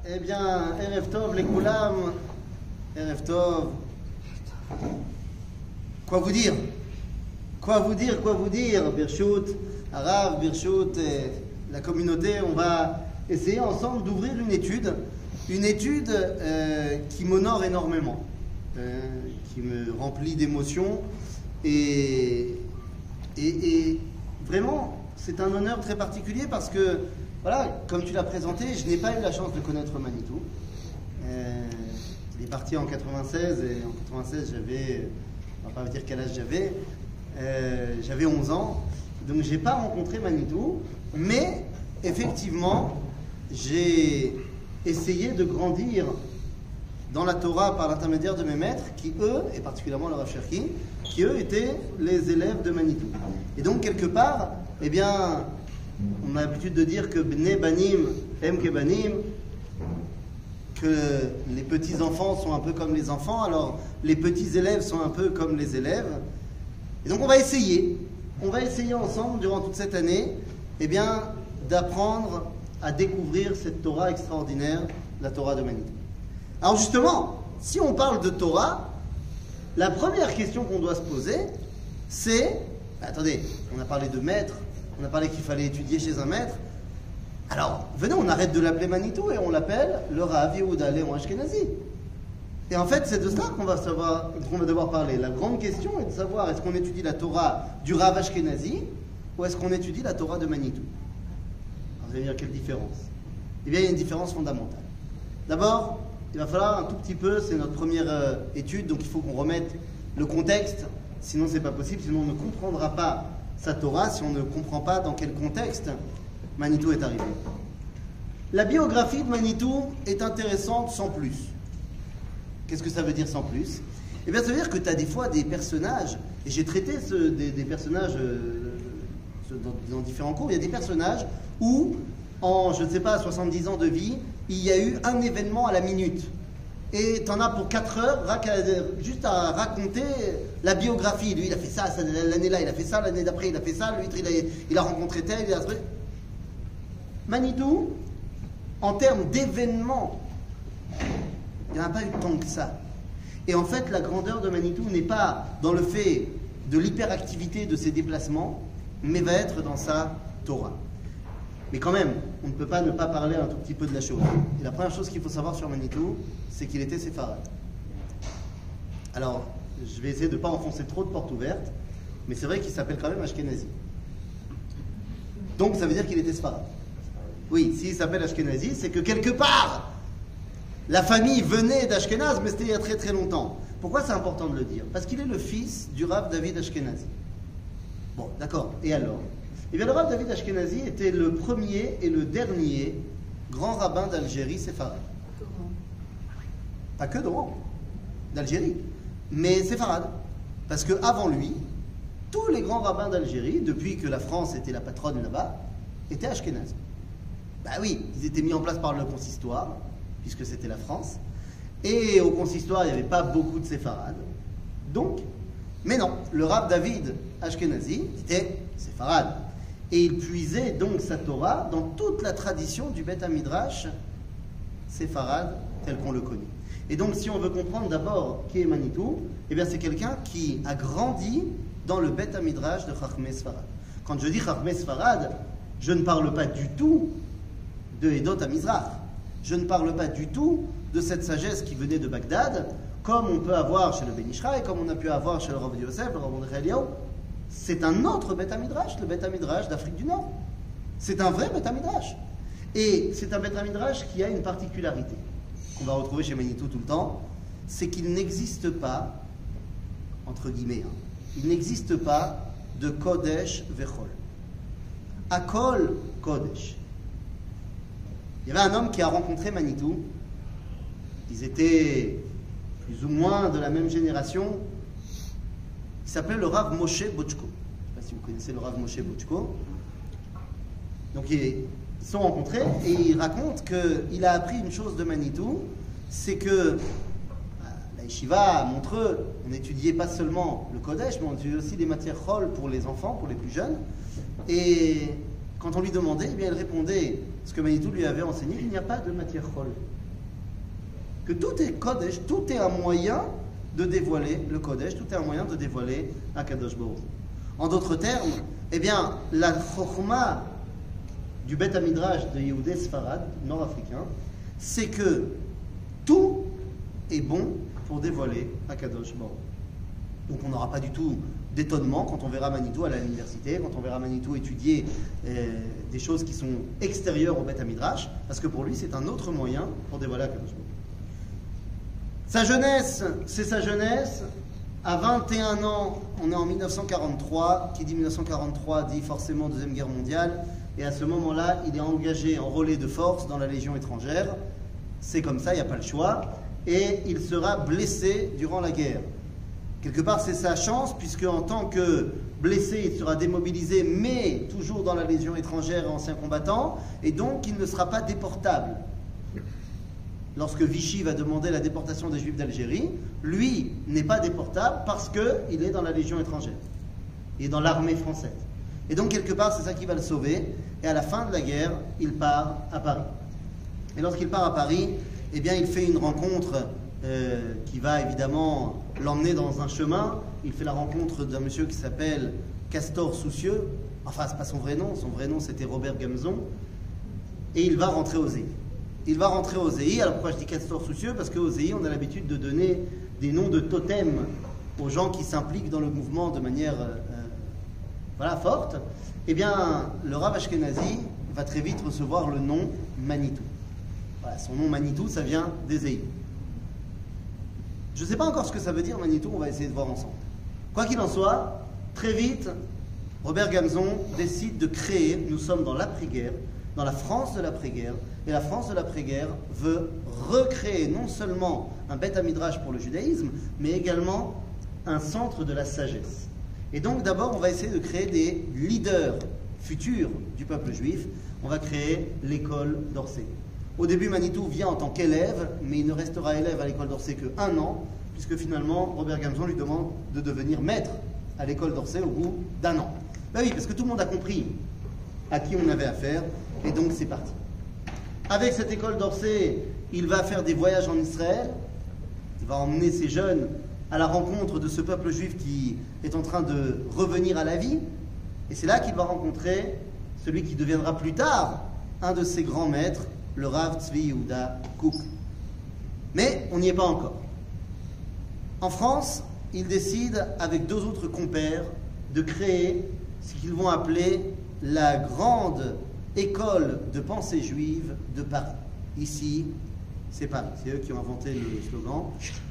Eh bien, Erev Tov, les Koulam, Erev Tov. Quoi vous dire? Quoi vous dire? Birchout, Arav, Birchout, la communauté, on va essayer ensemble d'ouvrir une étude qui m'honore énormément, qui me remplit d'émotions et vraiment, c'est un honneur très particulier parce que, voilà, comme tu l'as présenté, je n'ai pas eu la chance de connaître Manitou. Il est parti en 96 et en 96 j'avais, on va pas dire quel âge j'avais 11 ans, donc j'ai pas rencontré Manitou, mais effectivement j'ai essayé de grandir dans la Torah par l'intermédiaire de mes maîtres qui eux, et particulièrement le Rav Cherki, qui eux étaient les élèves de Manitou. Et donc quelque part, eh bien, on a l'habitude de dire que Bnei Banim Em Kebanim, que les petits enfants sont un peu comme les enfants, alors les petits élèves sont un peu comme les élèves. Et donc on va essayer ensemble durant toute cette année, eh bien, d'apprendre à découvrir cette Torah extraordinaire, la Torah de Manitou. Alors justement, si on parle de Torah, la première question qu'on doit se poser, c'est, attendez, on a parlé de maître, on a parlé qu'il fallait étudier chez un maître. Alors, venez, on arrête de l'appeler Manitou et on l'appelle le Rav Yehuda Léon Ashkenazi. Et en fait, c'est de ça qu'on va devoir parler. La grande question est de savoir, est-ce qu'on étudie la Torah du Rav Ashkenazi ou est-ce qu'on étudie la Torah de Manitou? Alors, vous allez dire, quelle différence? Eh bien, il y a une différence fondamentale. D'abord, il va falloir un tout petit peu, c'est notre première étude, donc il faut qu'on remette le contexte, sinon c'est pas possible, sinon on ne comprendra pas sa Torah, si on ne comprend pas dans quel contexte Manitou est arrivé. La biographie de Manitou est intéressante sans plus. Qu'est-ce que ça veut dire sans plus? Eh bien ça veut dire que tu as des fois des personnages, et j'ai traité des personnages dans différents cours, il y a des personnages où, en, je ne sais pas, 70 ans de vie, il y a eu un événement à la minute. Et tu en as pour 4 heures, juste à raconter la biographie. Lui, il a fait ça l'année-là, il a fait ça, l'année d'après, il a fait ça, lui, il a rencontré tel, il a... Manitou, en termes d'événements, il n'y en a pas eu tant que ça. Et en fait, la grandeur de Manitou n'est pas dans le fait de l'hyperactivité de ses déplacements, mais va être dans sa Torah. Mais quand même, on ne peut pas ne pas parler un tout petit peu de la chose. Et la première chose qu'il faut savoir sur Manitou, c'est qu'il était séfarade. Alors, je vais essayer de ne pas enfoncer trop de portes ouvertes, mais c'est vrai qu'il s'appelle quand même Ashkenazi. Donc ça veut dire qu'il était séfarade. Oui, s'il s'appelle Ashkenazi, c'est que quelque part, la famille venait d'Ashkenaz, mais c'était il y a très très longtemps. Pourquoi c'est important de le dire? Parce qu'il est le fils du Rav David Ashkenazi. Bon, d'accord. Et alors? Eh bien, le Rav David Ashkenazi était le premier et le dernier grand rabbin d'Algérie séfarade. Pas que d'Oran, d'Algérie, mais séfarade. Parce qu'avant lui, tous les grands rabbins d'Algérie, depuis que la France était la patronne là-bas, étaient Ashkenaz. Bah oui, ils étaient mis en place par le consistoire, puisque c'était la France. Et au consistoire, il n'y avait pas beaucoup de séfarades. Donc, mais non, le Rav David Ashkenazi était séfarade. Et il puisait donc sa Torah dans toute la tradition du Beth HaMidrash séfarade tel qu'on le connaît. Et donc, si on veut comprendre d'abord qui est Manitou, eh bien c'est quelqu'un qui a grandi dans le Beth HaMidrash de Chachmei Sfarad. Quand je dis Chachmei Sfarad, je ne parle pas du tout de Edot HaMizrach. Je ne parle pas du tout de cette sagesse qui venait de Bagdad, comme on peut avoir chez le Ben Ishraï, comme on a pu avoir chez le Rav Yosef, le Rav Mordechai Eliyahu. C'est un autre Beth HaMidrash, le Beth HaMidrash d'Afrique du Nord. C'est un vrai Beth HaMidrash. Et c'est un Beth HaMidrash qui a une particularité qu'on va retrouver chez Manitou tout le temps, c'est qu'il n'existe pas, entre guillemets, il n'existe pas de Kodesh Vechol. Akol Kodesh. Il y avait un homme qui a rencontré Manitou. Ils étaient plus ou moins de la même génération. Il s'appelait le Rav Moshe Bochko. Je ne sais pas si vous connaissez le Rav Moshe Bochko. Donc ils se sont rencontrés et il raconte qu'il a appris une chose de Manitou, c'est que la yeshiva à Montreux, on n'étudiait pas seulement le Kodesh, mais on étudiait aussi les matières chol pour les enfants, pour les plus jeunes. Et quand on lui demandait, eh bien, il répondait ce que Manitou lui avait enseigné, qu'il n'y a pas de matière chol. Que tout est Kodesh, tout est un moyen de dévoiler le Kodesh, tout est un moyen de dévoiler Akadosh Baruch. En d'autres termes, eh bien, la Chokhma du Bet HaMidrash de Yehudé Sfarad, nord-africain, c'est que tout est bon pour dévoiler Akadosh Baruch. Donc on n'aura pas du tout d'étonnement quand on verra Manitou à l'université, quand on verra Manitou étudier des choses qui sont extérieures au Bet HaMidrash, parce que pour lui c'est un autre moyen pour dévoiler Akadosh Baruch. Sa jeunesse, c'est sa jeunesse. À 21 ans, on est en 1943. Qui dit 1943 dit forcément Deuxième Guerre mondiale. Et à ce moment-là, il est engagé en relais de force dans la Légion étrangère. C'est comme ça, il n'y a pas le choix. Et il sera blessé durant la guerre. Quelque part, c'est sa chance, puisque en tant que blessé, il sera démobilisé, mais toujours dans la Légion étrangère et ancien combattant. Et donc, il ne sera pas déportable. Lorsque Vichy va demander la déportation des Juifs d'Algérie, lui n'est pas déportable parce qu'il est dans la Légion étrangère. Il est dans l'armée française. Et donc, quelque part, c'est ça qui va le sauver. Et à la fin de la guerre, il part à Paris. Et lorsqu'il part à Paris, eh bien, il fait une rencontre qui va évidemment l'emmener dans un chemin. Il fait la rencontre d'un monsieur qui s'appelle Castor Soucieux. Enfin, c'est pas son vrai nom. Son vrai nom, c'était Robert Gamzon. Et il va rentrer au Zéhi. Il va rentrer au Zéhi. Alors pourquoi je dis Castor Soucieux? Parce qu'au Zéhi, on a l'habitude de donner des noms de totems aux gens qui s'impliquent dans le mouvement de manière forte. Eh bien, le Rav Ashkenazi va très vite recevoir le nom Manitou. Voilà, son nom Manitou, ça vient des Zéhi. Je ne sais pas encore ce que ça veut dire Manitou, on va essayer de voir ensemble. Quoi qu'il en soit, très vite, Robert Gamzon décide de créer, nous sommes dans l'après-guerre, dans la France de l'après-guerre, et la France de l'après-guerre veut recréer non seulement un Bet HaMidrash pour le judaïsme, mais également un centre de la sagesse. Et donc d'abord, on va essayer de créer des leaders futurs du peuple juif. On va créer l'école d'Orsay. Au début, Manitou vient en tant qu'élève, mais il ne restera élève à l'école d'Orsay que 1 an, puisque finalement, Robert Gamzon lui demande de devenir maître à l'école d'Orsay au bout d'1 an. Ben oui, parce que tout le monde a compris à qui on avait affaire, et donc c'est parti. Avec cette école d'Orsay, il va faire des voyages en Israël, il va emmener ces jeunes à la rencontre de ce peuple juif qui est en train de revenir à la vie, et c'est là qu'il va rencontrer celui qui deviendra plus tard un de ses grands maîtres, le Rav Tzvi Yehuda Kook. Mais on n'y est pas encore. En France, il décide avec 2 autres compères de créer ce qu'ils vont appeler la grande école de pensée juive de Paris. Ici, c'est Paris. C'est eux qui ont inventé le slogan.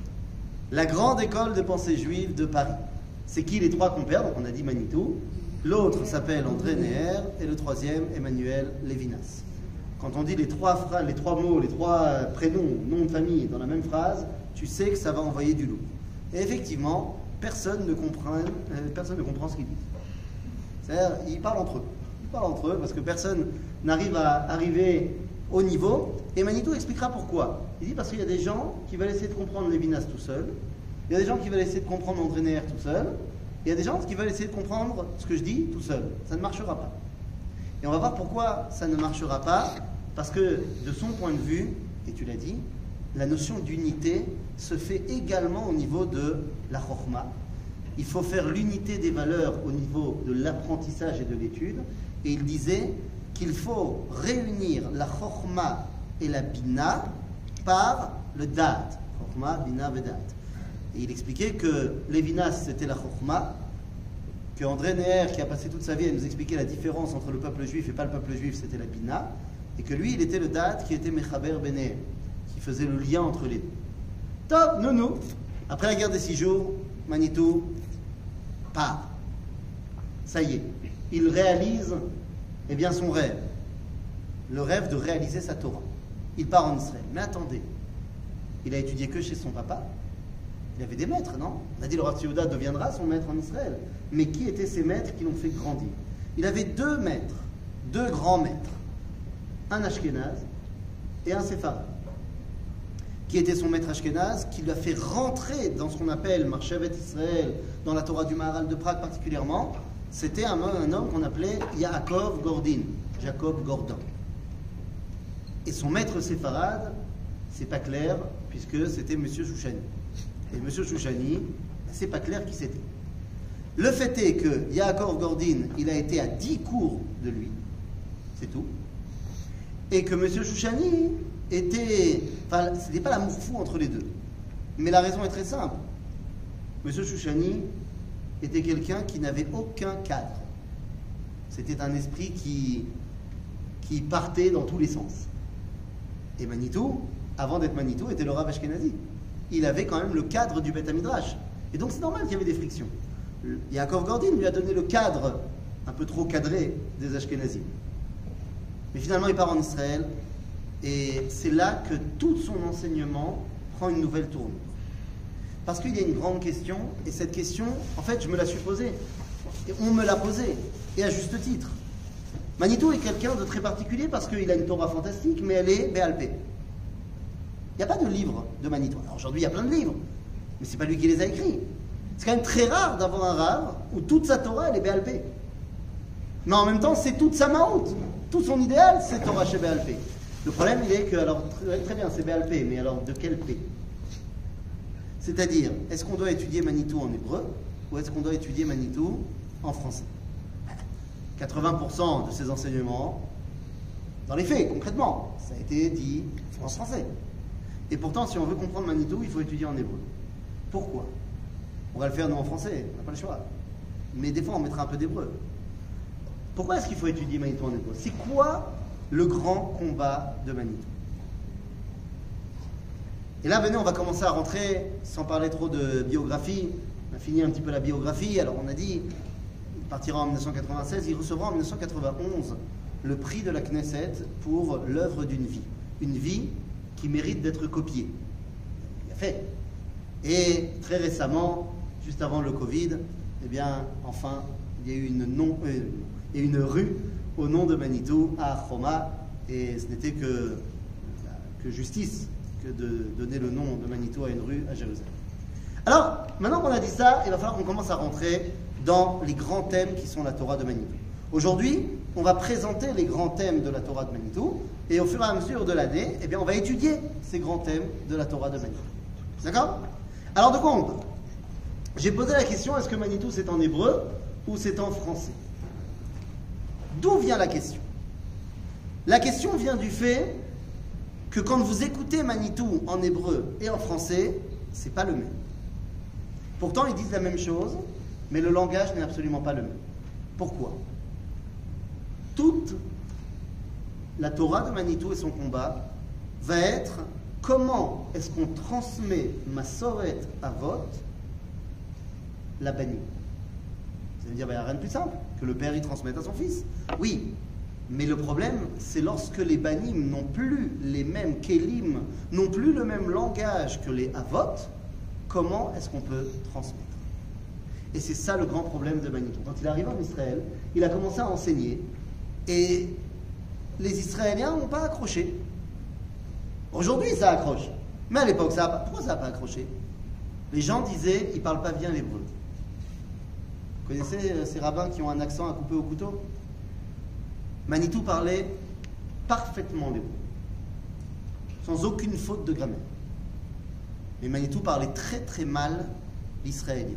La grande école de pensée juive de Paris. C'est qui les 3 compères? Donc on a dit Manitou. L'autre s'appelle André Neher et le 3e Emmanuel Lévinas. Quand on dit les 3 mots, les 3 prénoms, noms de famille dans la même phrase, tu sais que ça va envoyer du lourd. Et effectivement, personne ne comprend ce qu'ils disent. C'est-à-dire, ils parlent entre eux. Ils parlent entre eux parce que personne n'arrive à arriver au niveau. Et Manitou expliquera pourquoi. Il dit parce qu'il y a des gens qui veulent essayer de comprendre Lévinas tout seul. Il y a des gens qui veulent essayer de comprendre André Neher tout seul. Il y a des gens qui veulent essayer de comprendre ce que je dis tout seul. Ça ne marchera pas. Et on va voir pourquoi ça ne marchera pas. Parce que de son point de vue, et tu l'as dit, la notion d'unité se fait également au niveau de la chokhma. Il faut faire l'unité des valeurs au niveau de l'apprentissage et de l'étude. Et il disait qu'il faut réunir la chokhma et la bina par le dat. Chokhma, bina, vedat. Et il expliquait que Lévinas, c'était la chokhma, que André Neher, qui a passé toute sa vie à nous expliquer la différence entre le peuple juif et pas le peuple juif, c'était la bina, et que lui, il était le dat qui était Mechaber Benehem, qui faisait le lien entre les deux. Top, nounou. Après la guerre des 6 jours, Manitou part. Ça y est, il réalise son rêve. Le rêve de réaliser sa Torah. Il part en Israël. Mais attendez, il a étudié que chez son papa. Il avait des maîtres, non? On a dit le Rav Tzvi Yehuda deviendra son maître en Israël. Mais qui étaient ces maîtres qui l'ont fait grandir? Il avait 2 maîtres, 2 grands maîtres. Un Ashkenaz et un Séfarad. Qui était son maître Ashkenaz, qui lui a fait rentrer dans ce qu'on appelle Marshavet Israël, dans la Torah du Maharal de Prague particulièrement. C'était un homme qu'on appelait Yaakov Gordin. Jacob Gordon. Et son maître séfarade, c'est pas clair, puisque c'était M. Chouchani. Et M. Chouchani, c'est pas clair qui c'était. Le fait est que Yaakov Gordin, il a été à 10 cours de lui, c'est tout. Et que M. Chouchani était... Enfin, c'était pas l'amour fou entre les deux. Mais la raison est très simple. M. Chouchani était quelqu'un qui n'avait aucun cadre. C'était un esprit qui partait dans tous les sens. Et Manitou, avant d'être Manitou, était le Rav Ashkenazi. Il avait quand même le cadre du Beth Midrash. Et donc c'est normal qu'il y avait des frictions. Yaakov Gordin lui a donné le cadre un peu trop cadré des Ashkenazim. Mais finalement, il part en Israël et c'est là que tout son enseignement prend une nouvelle tournure. Parce qu'il y a une grande question, et cette question, en fait, je me la suis posée. Et on me l'a posée, et à juste titre. Manitou est quelqu'un de très particulier parce qu'il a une Torah fantastique, mais elle est Béal Pé. Il n'y a pas de livre de Manitou. Alors aujourd'hui, il y a plein de livres, mais ce n'est pas lui qui les a écrits. C'est quand même très rare d'avoir un Rav où toute sa Torah, elle est Béal Pé. Mais en même temps, c'est toute sa Maout. Tout son idéal, c'est Torah chez Béal Pé. Le problème, il est que, alors, très bien, c'est Béal Pé, mais alors de quel Pé? C'est-à-dire, est-ce qu'on doit étudier Manitou en hébreu ou est-ce qu'on doit étudier Manitou en français? 80% de ces enseignements, dans les faits, concrètement, ça a été dit en français. Et pourtant, si on veut comprendre Manitou, il faut étudier en hébreu. Pourquoi? On va le faire nous en français, on n'a pas le choix. Mais des fois, on mettra un peu d'hébreu. Pourquoi est-ce qu'il faut étudier Manitou en hébreu? C'est quoi le grand combat de Manitou? Et là, venez, on va commencer à rentrer, sans parler trop de biographie. On a fini un petit peu la biographie. Alors, on a dit, il partira en 1996, il recevra en 1991 le prix de la Knesset pour l'œuvre d'une vie. Une vie qui mérite d'être copiée. Il a fait. Et très récemment, juste avant le Covid, eh bien, enfin, il y a eu une rue au nom de Manitou à Choma, et ce n'était que justice que de donner le nom de Manitou à une rue à Jérusalem. Alors, maintenant qu'on a dit ça, il va falloir qu'on commence à rentrer dans les grands thèmes qui sont la Torah de Manitou. Aujourd'hui, on va présenter les grands thèmes de la Torah de Manitou, et au fur et à mesure de l'année, eh bien, on va étudier ces grands thèmes de la Torah de Manitou. D'accord? Alors, de quoi on parle? J'ai posé la question, est-ce que Manitou c'est en hébreu ou c'est en français? D'où vient la question? La question vient du fait que quand vous écoutez Manitou en hébreu et en français, c'est pas le même. Pourtant, ils disent la même chose, mais le langage n'est absolument pas le même. Pourquoi? Toute la Torah de Manitou et son combat va être comment est-ce qu'on transmet Masoret Avot, la bannie. Ça veut dire, il n'y a rien de plus simple que le père y transmette à son fils. Oui, mais le problème, c'est lorsque les banim n'ont plus les mêmes kelim, n'ont plus le même langage que les avot, comment est-ce qu'on peut transmettre? Et c'est ça le grand problème de Manitou. Quand il arrive en Israël, il a commencé à enseigner, et les Israéliens n'ont pas accroché. Aujourd'hui, ça accroche. Mais à l'époque, pourquoi ça n'a pas accroché? Les gens disaient, ils ne parlent pas bien l'hébreu. Vous connaissez ces rabbins qui ont un accent à couper au couteau? Manitou parlait parfaitement l'hébreu, sans aucune faute de grammaire. Mais Manitou parlait très très mal l'israélien.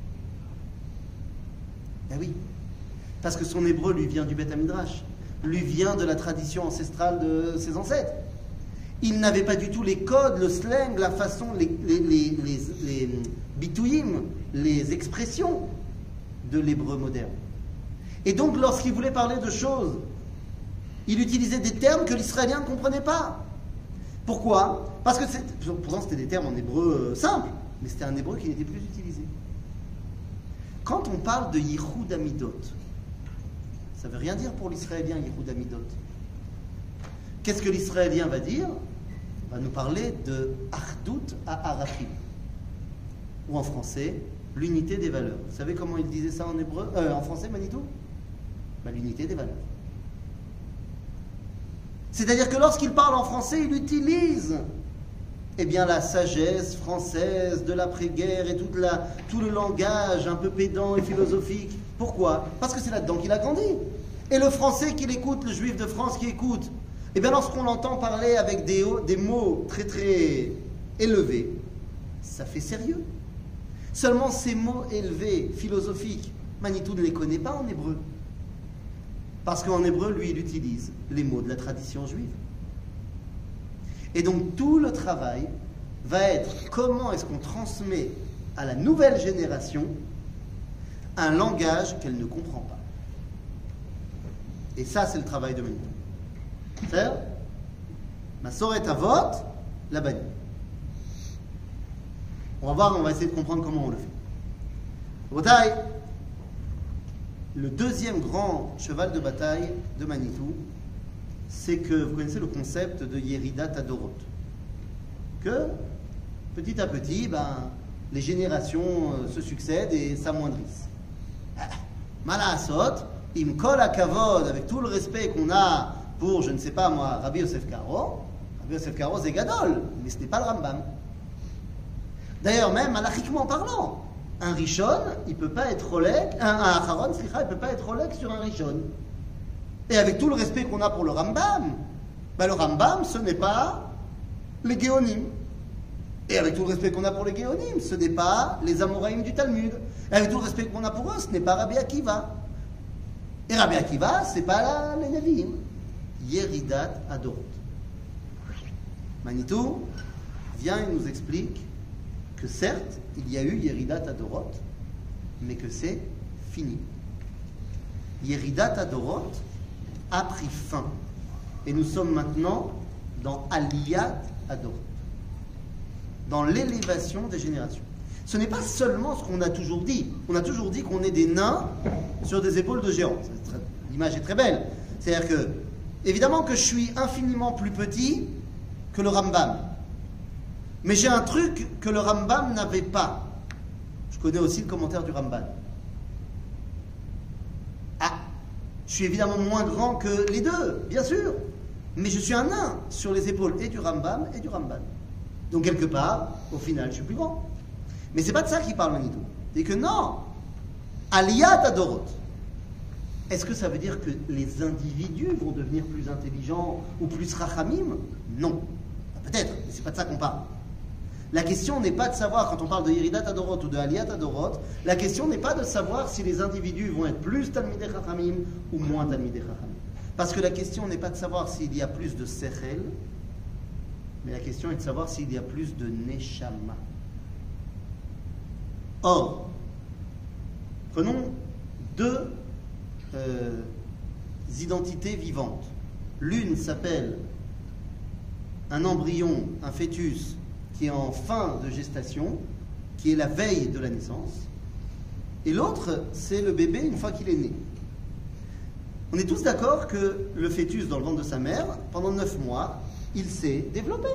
Ben oui, parce que son hébreu lui vient du Beth Midrash, lui vient de la tradition ancestrale de ses ancêtres. Il n'avait pas du tout les codes, le slang, la façon, les bitouyim, les expressions de l'hébreu moderne. Et donc, lorsqu'il voulait parler de choses, il utilisait des termes que l'israélien ne comprenait pas. Pourquoi? Parce que pourtant c'était des termes en hébreu simples, mais c'était un hébreu qui n'était plus utilisé. Quand on parle de Yichud Amidot, ça ne veut rien dire pour l'israélien, Yichud Amidot. Qu'est-ce que l'israélien va dire? Il va nous parler de Achdut Ha'arachim, ou en français, l'unité des valeurs. Vous savez comment il disait ça en hébreu, en français, Manitou? L'unité des valeurs. C'est-à-dire que lorsqu'il parle en français, il utilise la sagesse française de l'après-guerre et tout le langage un peu pédant et philosophique. Pourquoi? Parce que c'est là-dedans qu'il a grandi. Et le français qui l'écoute, le juif de France qui écoute, eh bien lorsqu'on l'entend parler avec des mots très très élevés, ça fait sérieux. Seulement ces mots élevés, philosophiques, Manitou ne les connaît pas en hébreu. Parce qu'en hébreu, lui, il utilise les mots de la tradition juive. Et donc tout le travail va être comment est-ce qu'on transmet à la nouvelle génération un langage qu'elle ne comprend pas. Et ça, c'est le travail de Manitou. C'est-à-dire, Masoret Avot, la bannie. On va voir, on va essayer de comprendre comment on le fait. Bataille, le deuxième grand cheval de bataille de Manitou, c'est que vous connaissez le concept de Yeridat Adorot. Que petit à petit, les générations se succèdent et s'amoindrissent. Malasot, im kol hakavod, avec tout le respect qu'on a pour, je ne sais pas moi, Rabbi Yosef Karo. Rabbi Yosef Karo, c'est Gadol, mais ce n'est pas le Rambam. D'ailleurs, même halachiquement parlant, un Rishon, il ne peut pas être Rolek, un Acharon, il ne peut pas être Rolek sur un Rishon. Et avec tout le respect qu'on a pour le Rambam, le Rambam, ce n'est pas les Géonim. Et avec tout le respect qu'on a pour les Géonim, ce n'est pas les Amoraïm du Talmud. Et avec tout le respect qu'on a pour eux, ce n'est pas Rabbi Akiva. Et Rabbi Akiva, ce n'est pas les Nevi'im. Yeridat Adorot. Manitou vient et nous explique que certes, il y a eu Yeridat Adorot, mais que c'est fini. Yeridat Adorot a pris fin. Et nous sommes maintenant dans Aliyat Adorot, dans l'élévation des générations. Ce n'est pas seulement ce qu'on a toujours dit. On a toujours dit qu'on est des nains sur des épaules de géants. L'image est très belle. C'est-à-dire que, évidemment que je suis infiniment plus petit que le Rambam. Mais j'ai un truc que le Rambam n'avait pas. Je connais aussi le commentaire du Ramban. Je suis évidemment moins grand que les deux, bien sûr. Mais je suis un nain sur les épaules et du Rambam et du Ramban. Donc quelque part, au final, je suis plus grand. Mais c'est pas de ça qu'il parle Manitou. C'est que non, Aliyat Adorot. Est-ce que ça veut dire que les individus vont devenir plus intelligents ou plus rachamim? Non. Peut-être, mais c'est pas de ça qu'on parle. La question n'est pas de savoir, quand on parle de Yeridat Adorot ou de Aliyat Adorot, la question n'est pas de savoir si les individus vont être plus Talmidei Chachamim ou moins Talmidei Chachamim. Parce que la question n'est pas de savoir s'il y a plus de Sechel, mais la question est de savoir s'il y a plus de Neshama. Or, prenons deux identités vivantes. L'une s'appelle un embryon, un fœtus, qui est en fin de gestation, qui est la veille de la naissance, et l'autre, c'est le bébé une fois qu'il est né. On est tous d'accord que le fœtus dans le ventre de sa mère, pendant 9 mois, il s'est développé.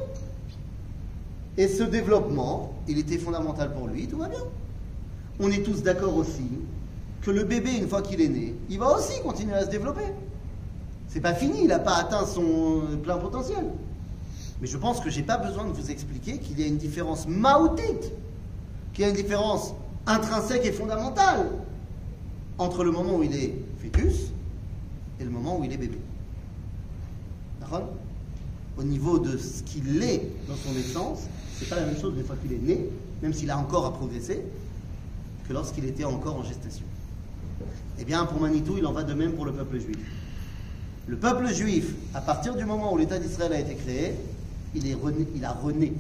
Et ce développement, il était fondamental pour lui, tout va bien. On est tous d'accord aussi que le bébé, une fois qu'il est né, il va aussi continuer à se développer. C'est pas fini, il n'a pas atteint son plein potentiel. Mais je pense que je n'ai pas besoin de vous expliquer qu'il y a une différence maoutite, qu'il y a une différence intrinsèque et fondamentale entre le moment où il est fœtus et le moment où il est bébé. D'accord ? Au niveau de ce qu'il est dans son essence, c'est pas la même chose une fois qu'il est né, même s'il a encore à progresser, que lorsqu'il était encore en gestation. Eh bien, pour Manitou, il en va de même pour le peuple juif. Le peuple juif, à partir du moment où l'État d'Israël a été créé, il a rené.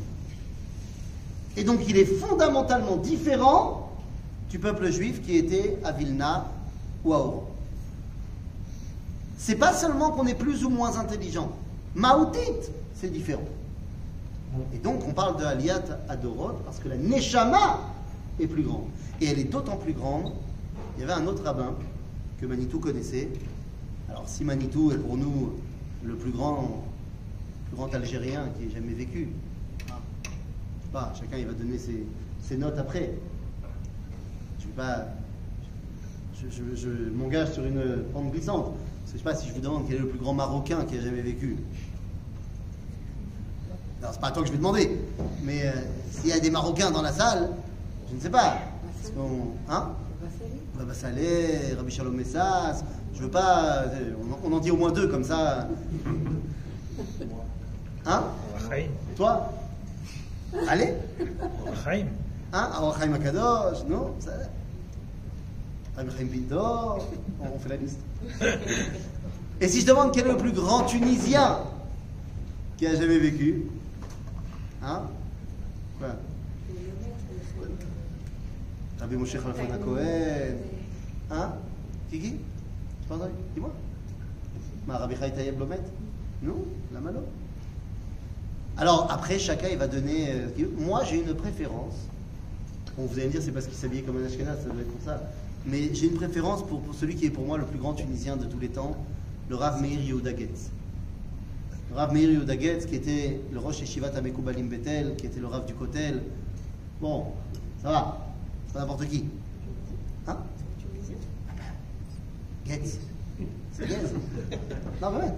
Et donc il est fondamentalement différent du peuple juif qui était à Vilna ou à Oran. C'est pas seulement qu'on est plus ou moins intelligent. Maoutit, c'est différent. Et donc on parle de Aliyat Adorot parce que la Neshama est plus grande. Et elle est d'autant plus grande. Il y avait un autre rabbin que Manitou connaissait. Alors si Manitou est pour nous le plus grand Algérien qui ait jamais vécu, chacun il va donner ses notes après. Je vais pas, je m'engage sur une pente glissante. Je ne sais pas si je vous demande quel est le plus grand Marocain qui a jamais vécu. Alors c'est pas à toi que je vais demander, mais s'il y a des Marocains dans la salle, je ne sais pas. Rabbi Saleh, Rabbi Shalom Messas, Je veux pas. On en dit au moins 2 comme ça. Hein? Toi? Allez? Hein? Or Chaim Akadosh? Non? Ça... Chaim Pinto? On fait la liste. Et si je demande quel est le plus grand Tunisien qui a jamais vécu? Hein? Quoi? Rabbi Moshe Khalfan Cohen. Hein? Qui? Pas entendu? Dis-moi. Rabbi Chaim Tayeb Lomet? Non? La malo? Alors après, chacun il va donner. Moi j'ai une préférence. Bon, vous allez me dire c'est parce qu'il s'habillait comme un Ashkenaz, ça doit être pour ça. Mais j'ai une préférence pour celui qui est pour moi le plus grand Tunisien de tous les temps, le Rav Meir Yehuda Getz. Le Rav Meir Yehuda Getz qui était le Rosh Yeshivat Amekoubalim Betel, qui était le Rav du Kotel. Bon, ça va, c'est pas n'importe qui. Hein? Getz. C'est Getz. Non, vraiment.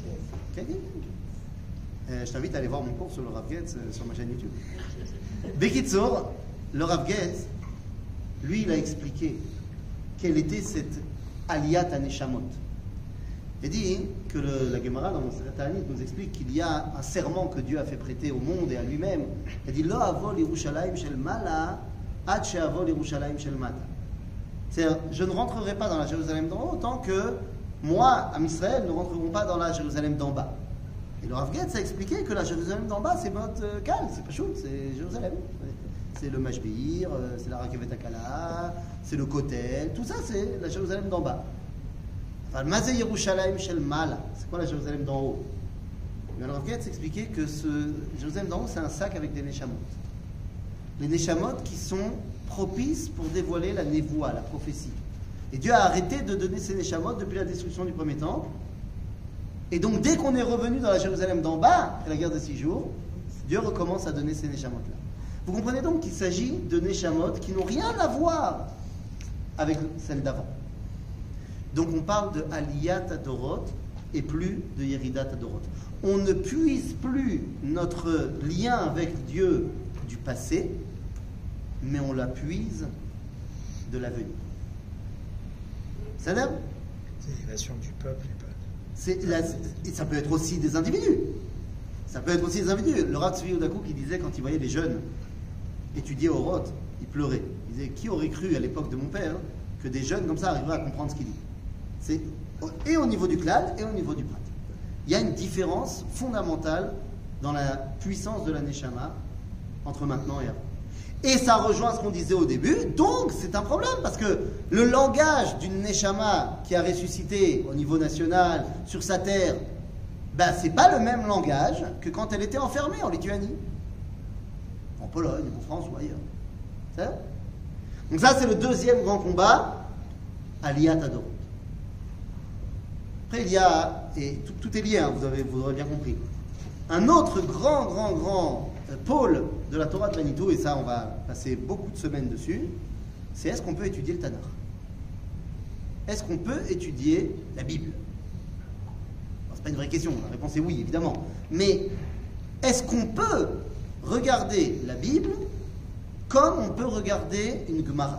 Je t'invite à aller voir mon cours sur le Rav Getz sur ma chaîne YouTube. Bekitsour, le Rav Getz, lui, il a expliqué quelle était cette aliyat aneshamot. Il dit que la Gemara dans Masechet Ta'anit nous explique qu'il y a un serment que Dieu a fait prêter au monde et à lui-même. Il dit Lo avol Yerushalayim shel mala ad she'avol Yerushalayim shel mata. C'est-à-dire, je ne rentrerai pas dans la Jérusalem d'en haut tant que moi, Am Israël, ne rentrerons pas dans la Jérusalem d'en bas. Et le Rav Getz a expliqué que la Jérusalem d'en bas, c'est notre Kal, c'est pas chou, c'est Jérusalem. C'est le Mashbir, c'est la Rakevet Akala, c'est le Kotel, tout ça c'est la Jérusalem d'en bas. Enfin, le Mazé Yerushalayim Shel Mala, c'est quoi la Jérusalem d'en haut? Le Rav Getz expliquait que ce Jérusalem d'en haut, c'est un sac avec des Neshamot. Les Neshamot qui sont propices pour dévoiler la Névoa, la prophétie. Et Dieu a arrêté de donner ces Neshamot depuis la destruction du premier temple. Et donc, dès qu'on est revenu dans la Jérusalem d'en bas, après la guerre de 6 jours, Dieu recommence à donner ces Neshamot-là. Vous comprenez donc qu'il s'agit de Neshamot qui n'ont rien à voir avec celles d'avant. Donc, on parle de Aliyat Adorot et plus de Yeridat Adorot. On ne puise plus notre lien avec Dieu du passé, mais on la puise de l'avenir. Ça l'air? C'est l'élévation du peuple. Et ça peut être aussi des individus. Ça peut être aussi des individus. Le Rav Tzvi Yehuda Kook, il disait quand il voyait les jeunes étudier au Roth, il pleurait. Il disait qui aurait cru à l'époque de mon père que des jeunes comme ça arriveraient à comprendre ce qu'il dit. C'est et au niveau du Klal et au niveau du Prat. Il y a une différence fondamentale dans la puissance de la Neshama entre maintenant et avant. Et ça rejoint ce qu'on disait au début, donc c'est un problème, parce que le langage d'une Neshama qui a ressuscité au niveau national, sur sa terre, ben, c'est pas le même langage que quand elle était enfermée en Lituanie, en Pologne, en France ou ailleurs. C'est ça? Donc ça c'est le deuxième grand combat, Aliyat Adorot. Après il y a, et tout est lié, hein, vous aurez bien compris, un autre grand pôle de la Torah de Manitou, et ça on va passer beaucoup de semaines dessus, c'est est-ce qu'on peut étudier le Tanakh? Est-ce qu'on peut étudier la Bible? C'est pas une vraie question, la réponse est oui évidemment, mais est-ce qu'on peut regarder la Bible comme on peut regarder une Gemara?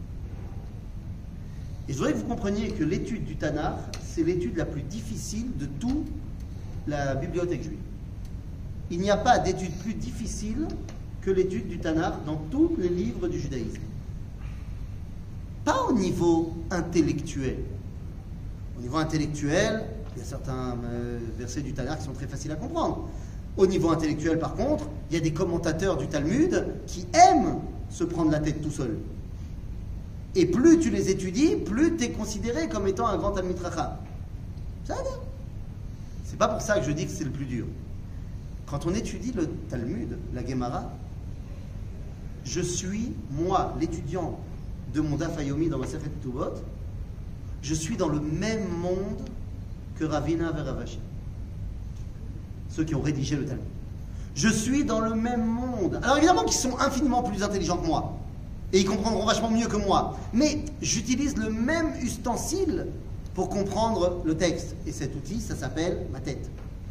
Et je voudrais que vous compreniez que l'étude du Tanakh, c'est l'étude la plus difficile de toute la bibliothèque juive. Il n'y a pas d'étude plus difficile que l'étude du Tanakh dans tous les livres du judaïsme. Pas au niveau intellectuel. Au niveau intellectuel, il y a certains versets du Tanakh qui sont très faciles à comprendre. Au niveau intellectuel, par contre, il y a des commentateurs du Talmud qui aiment se prendre la tête tout seul. Et plus tu les étudies, plus tu es considéré comme étant un grand Talmid Chacham. Ça va bien. C'est pas pour ça que je dis que c'est le plus dur. Quand on étudie le Talmud, la Gemara, je suis, moi, l'étudiant de mon Daf Yomi dans ma Masechet Ketubot, je suis dans le même monde que Ravina et Rav Ashi, ceux qui ont rédigé le Talmud. Je suis dans le même monde. Alors évidemment qu'ils sont infiniment plus intelligents que moi, et ils comprendront vachement mieux que moi, mais j'utilise le même ustensile pour comprendre le texte, et cet outil, ça s'appelle ma tête.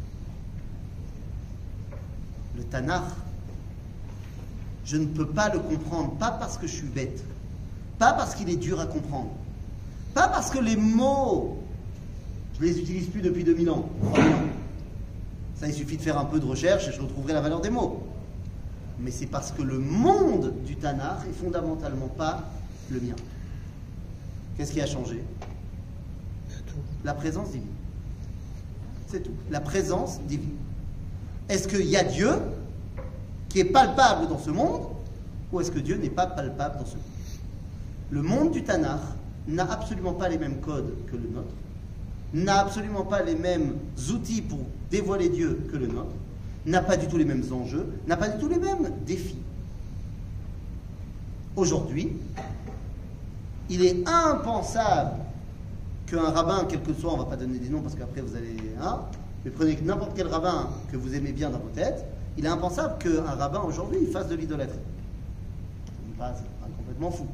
Le Tanakh, je ne peux pas le comprendre, pas parce que je suis bête, pas parce qu'il est dur à comprendre, pas parce que les mots ne les utilise plus depuis 2000 ans, 3000 ans. Ça, il suffit de faire un peu de recherche et je retrouverai la valeur des mots. Mais c'est parce que le monde du Tanakh est fondamentalement pas le mien. Qu'est-ce qui a changé? La présence divine. C'est tout. La présence divine. Est-ce qu'il y a Dieu qui est palpable dans ce monde, ou est-ce que Dieu n'est pas palpable dans ce monde? Le monde du Tanakh n'a absolument pas les mêmes codes que le nôtre, n'a absolument pas les mêmes outils pour dévoiler Dieu que le nôtre, n'a pas du tout les mêmes enjeux, n'a pas du tout les mêmes défis. Aujourd'hui, il est impensable qu'un rabbin, quel que soit, on ne va pas donner des noms parce qu'après vous allez... mais prenez n'importe quel rabbin que vous aimez bien dans vos têtes, il est impensable qu'un rabbin aujourd'hui fasse de l'idolâtrie. C'est pas complètement fou.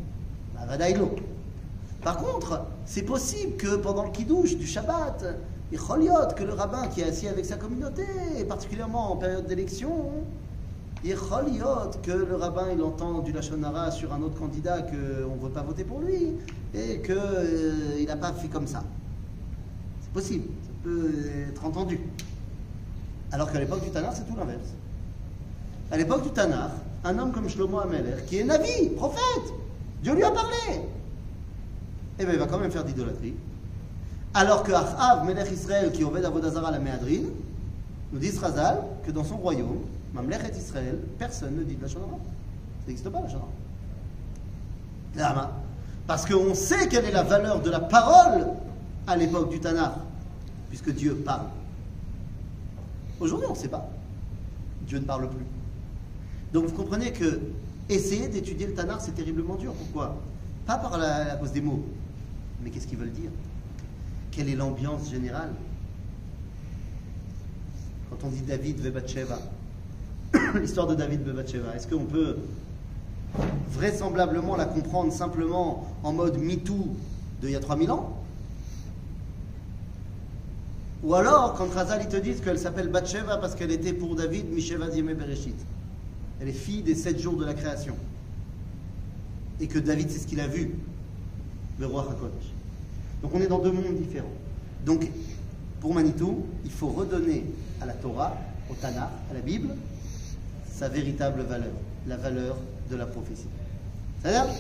Par contre, c'est possible que pendant le kidouche du Shabbat, il choliot que le rabbin qui est assis avec sa communauté, particulièrement en période d'élection, il choliot que le rabbin il entend du lachon hara sur un autre candidat qu'on ne veut pas voter pour lui et qu'il n'a pas fait comme ça. C'est possible, ça peut être entendu. Alors qu'à l'époque du Tanakh, c'est tout l'inverse. À l'époque du Tanakh, un homme comme Shlomo HaMelech, qui est Navi, prophète, Dieu lui a parlé, eh bien il va quand même faire d'idolâtrie. Alors que Achav, Melech Israël, qui obède Avodah Zara la Méhadrin, nous dit Razal que dans son royaume, Mamlechet Israël, personne ne dit de lachon hara. Ça n'existe pas, lachon hara. Parce qu'on sait quelle est la valeur de la parole à l'époque du Tanakh, puisque Dieu parle. Aujourd'hui, on ne sait pas. Dieu ne parle plus. Donc vous comprenez que essayer d'étudier le Tanakh, c'est terriblement dur. Pourquoi? Pas à cause des mots, mais qu'est-ce qu'ils veulent dire? Quelle est l'ambiance générale? Quand on dit David ve Bathsheba, l'histoire de David ve Bathsheba, est-ce qu'on peut vraisemblablement la comprendre simplement en mode MeToo d'il y a 3000 ans? Ou alors, quand Razal ils te disent qu'elle s'appelle Bathsheba parce qu'elle était pour David Misheva Yemei Bereshit, elle est fille des 7 jours de la création, et que David c'est ce qu'il a vu, le roi HaKodesh. Donc on est dans deux mondes différents. Donc pour Manitou, il faut redonner à la Torah, au Tanakh, à la Bible, sa véritable valeur, la valeur de la prophétie. C'est-à-dire,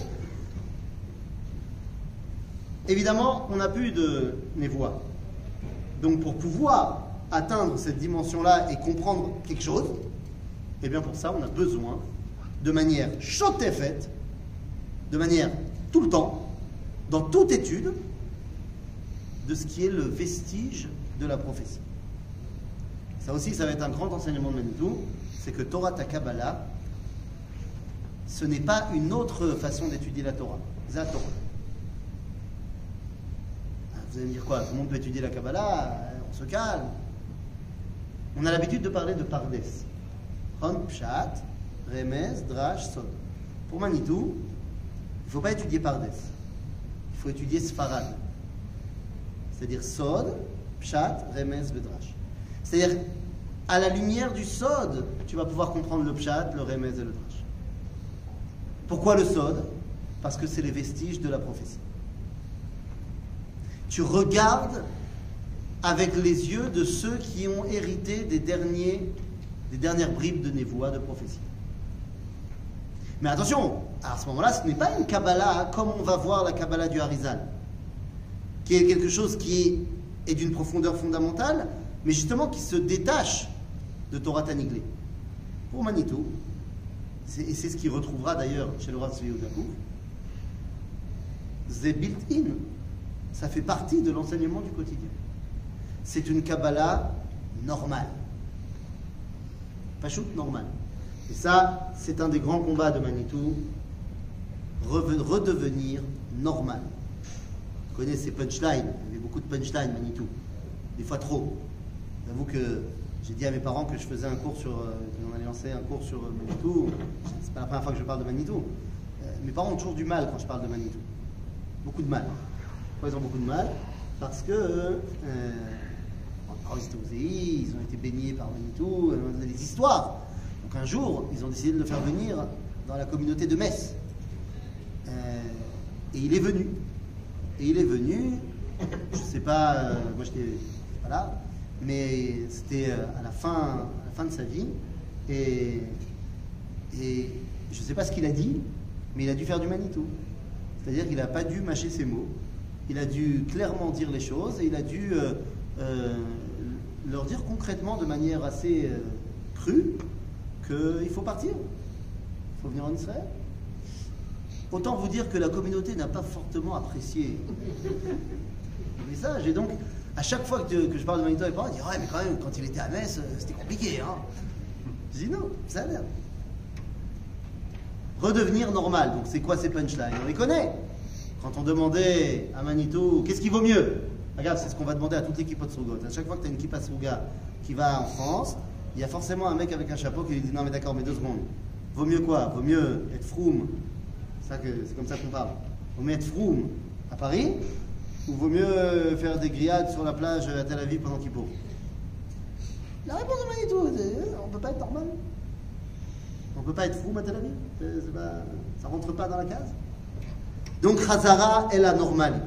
évidemment, on n'a plus de névoie. Donc pour pouvoir atteindre cette dimension-là et comprendre quelque chose, eh bien pour ça, on a besoin, de manière chaude et faite, de manière tout le temps, dans toute étude, de ce qui est le vestige de la prophétie. Ça aussi, ça va être un grand enseignement de Manitou, c'est que Torah ta Kabbalah, ce n'est pas une autre façon d'étudier la Torah. C'est la Torah. Vous allez me dire quoi? Tout le monde peut étudier la Kabbalah, on se calme. On a l'habitude de parler de Pardes. Ron, Pshat, Remez, Drash, Sod. Pour Manitou, il ne faut pas étudier Pardes. Il faut étudier Sfarad. C'est-à-dire Sod, Pshat, Remez, Vedrash. C'est-à-dire, à la lumière du Sod, tu vas pouvoir comprendre le Pshat, le Remez et le Drash. Pourquoi le Sod? Parce que c'est les vestiges de la prophétie. Tu regardes avec les yeux de ceux qui ont hérité des dernières bribes de névoie, de prophétie. Mais attention, à ce moment-là, ce n'est pas une Kabbalah comme on va voir la Kabbalah du Harizal, qui est quelque chose qui est d'une profondeur fondamentale, mais justement qui se détache de Torah Taniglé. Pour Manitou, et c'est ce qu'il retrouvera d'ailleurs chez le Rav Tzvi Yehuda Kouf, c'est built-in. Ça fait partie de l'enseignement du quotidien. C'est une Kabbalah normale. Pachout normale. Et ça, c'est un des grands combats de Manitou. Redevenir normal. Vous connaissez ces punchlines. Il y avait beaucoup de punchlines, Manitou. Des fois trop. J'avoue que j'ai dit à mes parents que je faisais un cours sur... qu'on allait lancer un cours sur Manitou. C'est pas la première fois que je parle de Manitou. Mes parents ont toujours du mal quand je parle de Manitou. Beaucoup de mal. Pourquoi ils ont beaucoup de mal? Parce que ils ont été baignés par Manitou, des histoires. Donc un jour, ils ont décidé de le faire venir dans la communauté de Metz. Et il est venu. Et Je sais pas, moi j'étais pas là, mais c'était à la fin de sa vie. Et je sais pas ce qu'il a dit, mais il a dû faire du Manitou. C'est-à-dire qu'il n'a pas dû mâcher ses mots. Il a dû clairement dire les choses et il a dû leur dire concrètement, de manière assez crue, qu'il faut partir. Il faut venir en Israël. Autant vous dire que la communauté n'a pas fortement apprécié le message. Et donc, à chaque fois que je parle de Manitou avec les parents, ils disent « Ouais, mais quand même, quand il était à Metz, c'était compliqué. Hein » Je dis « Non, ça a l'air. » Redevenir normal. Donc, c'est quoi ces punchlines? On les connaît. Quand on demandait à Manitou « Qu'est-ce qui vaut mieux ?» Regarde, c'est ce qu'on va demander à toute l'équipe de Srugot. À chaque fois que tu as une équipe à Sruga qui va en France, il y a forcément un mec avec un chapeau qui lui dit « Non, mais d'accord, mais 2 secondes. Vaut mieux quoi? Vaut mieux être froum. C'est comme ça qu'on parle. Vaut mieux être froum à Paris ou vaut mieux faire des grillades sur la plage à Tel Aviv pendant qu'il pleut? La réponse de Manitou, on ne peut pas être normal. On ne peut pas être froum à Tel Aviv. Ça ne rentre pas dans la case. Donc, Chazara est la normalité.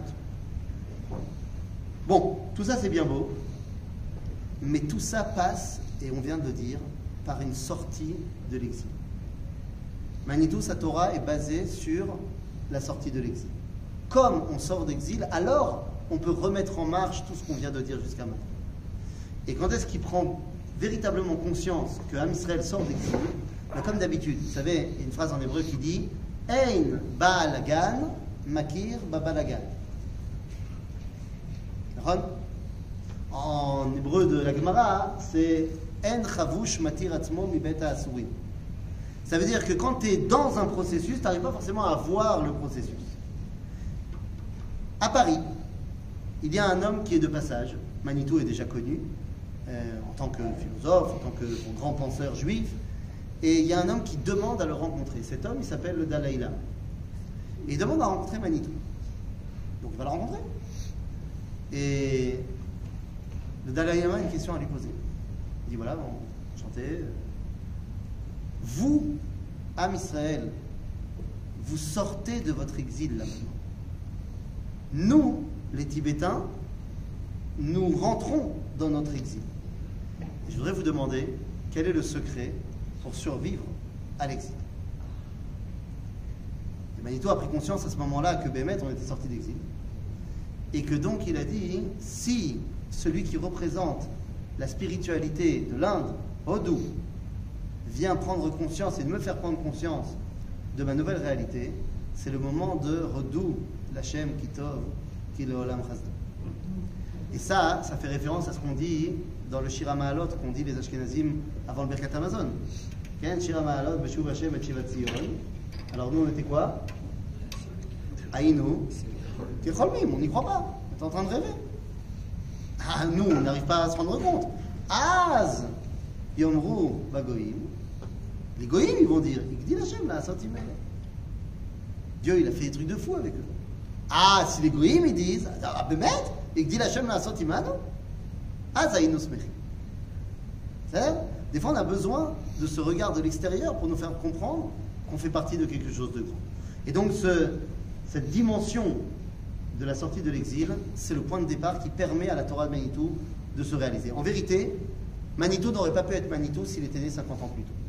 Bon, tout ça c'est bien beau, mais tout ça passe, et on vient de le dire, par une sortie de l'exil. Manitou, sa Torah est basée sur la sortie de l'exil. Comme on sort d'exil, alors on peut remettre en marche tout ce qu'on vient de dire jusqu'à maintenant. Et quand est-ce qu'il prend véritablement conscience que Am Israël sort d'exil? Comme d'habitude, vous savez, il y a une phrase en hébreu qui dit Ein Baalagan Makir Babalagan. En hébreu de la Gemara, c'est En Chavush Matir Atzmo Mi Beta Asurim. Ça veut dire que quand tu es dans un processus, tu n'arrives pas forcément à voir le processus. À Paris, il y a un homme qui est de passage. Manitou est déjà connu en tant que philosophe, en tant que grand penseur juif. Et il y a un homme qui demande à le rencontrer. Cet homme, il s'appelle le Dalai Lama. Et il demande à rencontrer Manitou. Donc il va le rencontrer. Et le Dalai Lama a une question à lui poser. Il dit voilà, bon, chantez. Vous, Am Israël, vous sortez de votre exil là maintenant. Nous, les Tibétains, nous rentrons dans notre exil. Et je voudrais vous demander quel est le secret pour survivre à l'exil. Et Manitou a pris conscience à ce moment-là que Bémet, on était sorti d'exil. Et que donc il a dit, si celui qui représente la spiritualité de l'Inde, Hodou, vient prendre conscience et de me faire prendre conscience de ma nouvelle réalité, c'est le moment de Hodou, l'Hachem Kitov, qui le Olam Chasdo. Et ça fait référence à ce qu'on dit dans le Shira Ma'alot, qu'on dit les Ashkenazim avant le Birkat Hamazon. Shira Ma'alot, Beshuv Hashem et Shivat Zion. Alors nous on était quoi? Aïnou, Kecholmim, on n'y croit pas, on est en train de rêver. Ah, nous on n'arrive pas à se rendre compte. Az, Yomru, Bagoïm. Les Goïm ils vont dire, Igdil Hashem là, Santimel. Dieu il a fait des trucs de fou avec eux. Ah, si les Goïm ils disent, ah, Bémet, Igdil Hashem là, Santimel. Az, Aïnou Smechi. C'est-à-dire, des fois on a besoin de ce regard de l'extérieur pour nous faire comprendre qu'on fait partie de quelque chose de grand. Et donc cette dimension de la sortie de l'exil, c'est le point de départ qui permet à la Torah de Manitou de se réaliser. En vérité, Manitou n'aurait pas pu être Manitou s'il était né 50 ans plus tôt.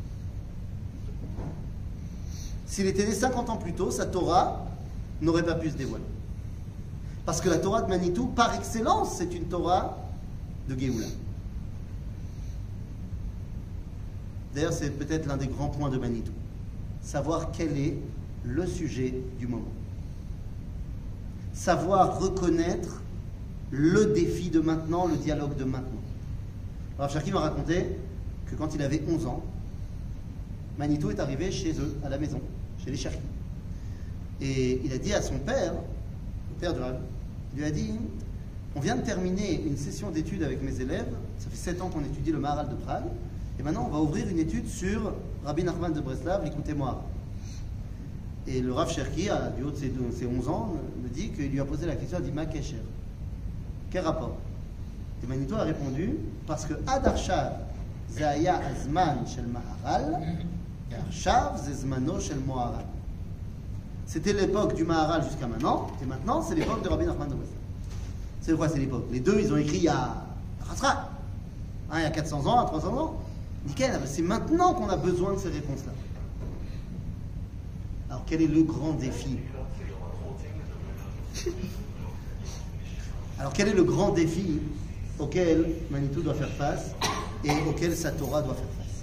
S'il était né 50 ans plus tôt, sa Torah n'aurait pas pu se dévoiler. Parce que la Torah de Manitou, par excellence, c'est une Torah de Géoula. D'ailleurs, c'est peut-être l'un des grands points de Manitou. Savoir quel est le sujet du moment. Savoir reconnaître le défi de maintenant, le dialogue de maintenant. Alors, Cherki m'a raconté que quand il avait 11 ans, Manitou est arrivé chez eux, à la maison, chez les Cherki. Et il a dit à son père, le père du Rav, il lui a dit, on vient de terminer une session d'études avec mes élèves, ça fait 7 ans qu'on étudie le Maharal de Prague, et maintenant on va ouvrir une étude sur Rabbi Nachman de Breslav, l'écoutez-moi. Et le Rav Cherki, du haut de ses 11 ans, me dit qu'il lui a posé la question, il a dit, Ma Kesher, quel rapport? Et Manitou a répondu, parce que Ad Arshav, Zaya Azman Shel Maharal, et Arshav Zezmano Shel Moharal. C'était l'époque du Maharal jusqu'à maintenant, et maintenant c'est l'époque de Rabbi Nachman de Breslav. C'est quoi, c'est l'époque? Les deux, ils ont écrit il y a il y a 400 ans, à 300 ans. Nickel, c'est maintenant qu'on a besoin de ces réponses-là. Alors, quel est le grand défi? Alors, quel est le grand défi auquel Manitou doit faire face et auquel sa Torah doit faire face?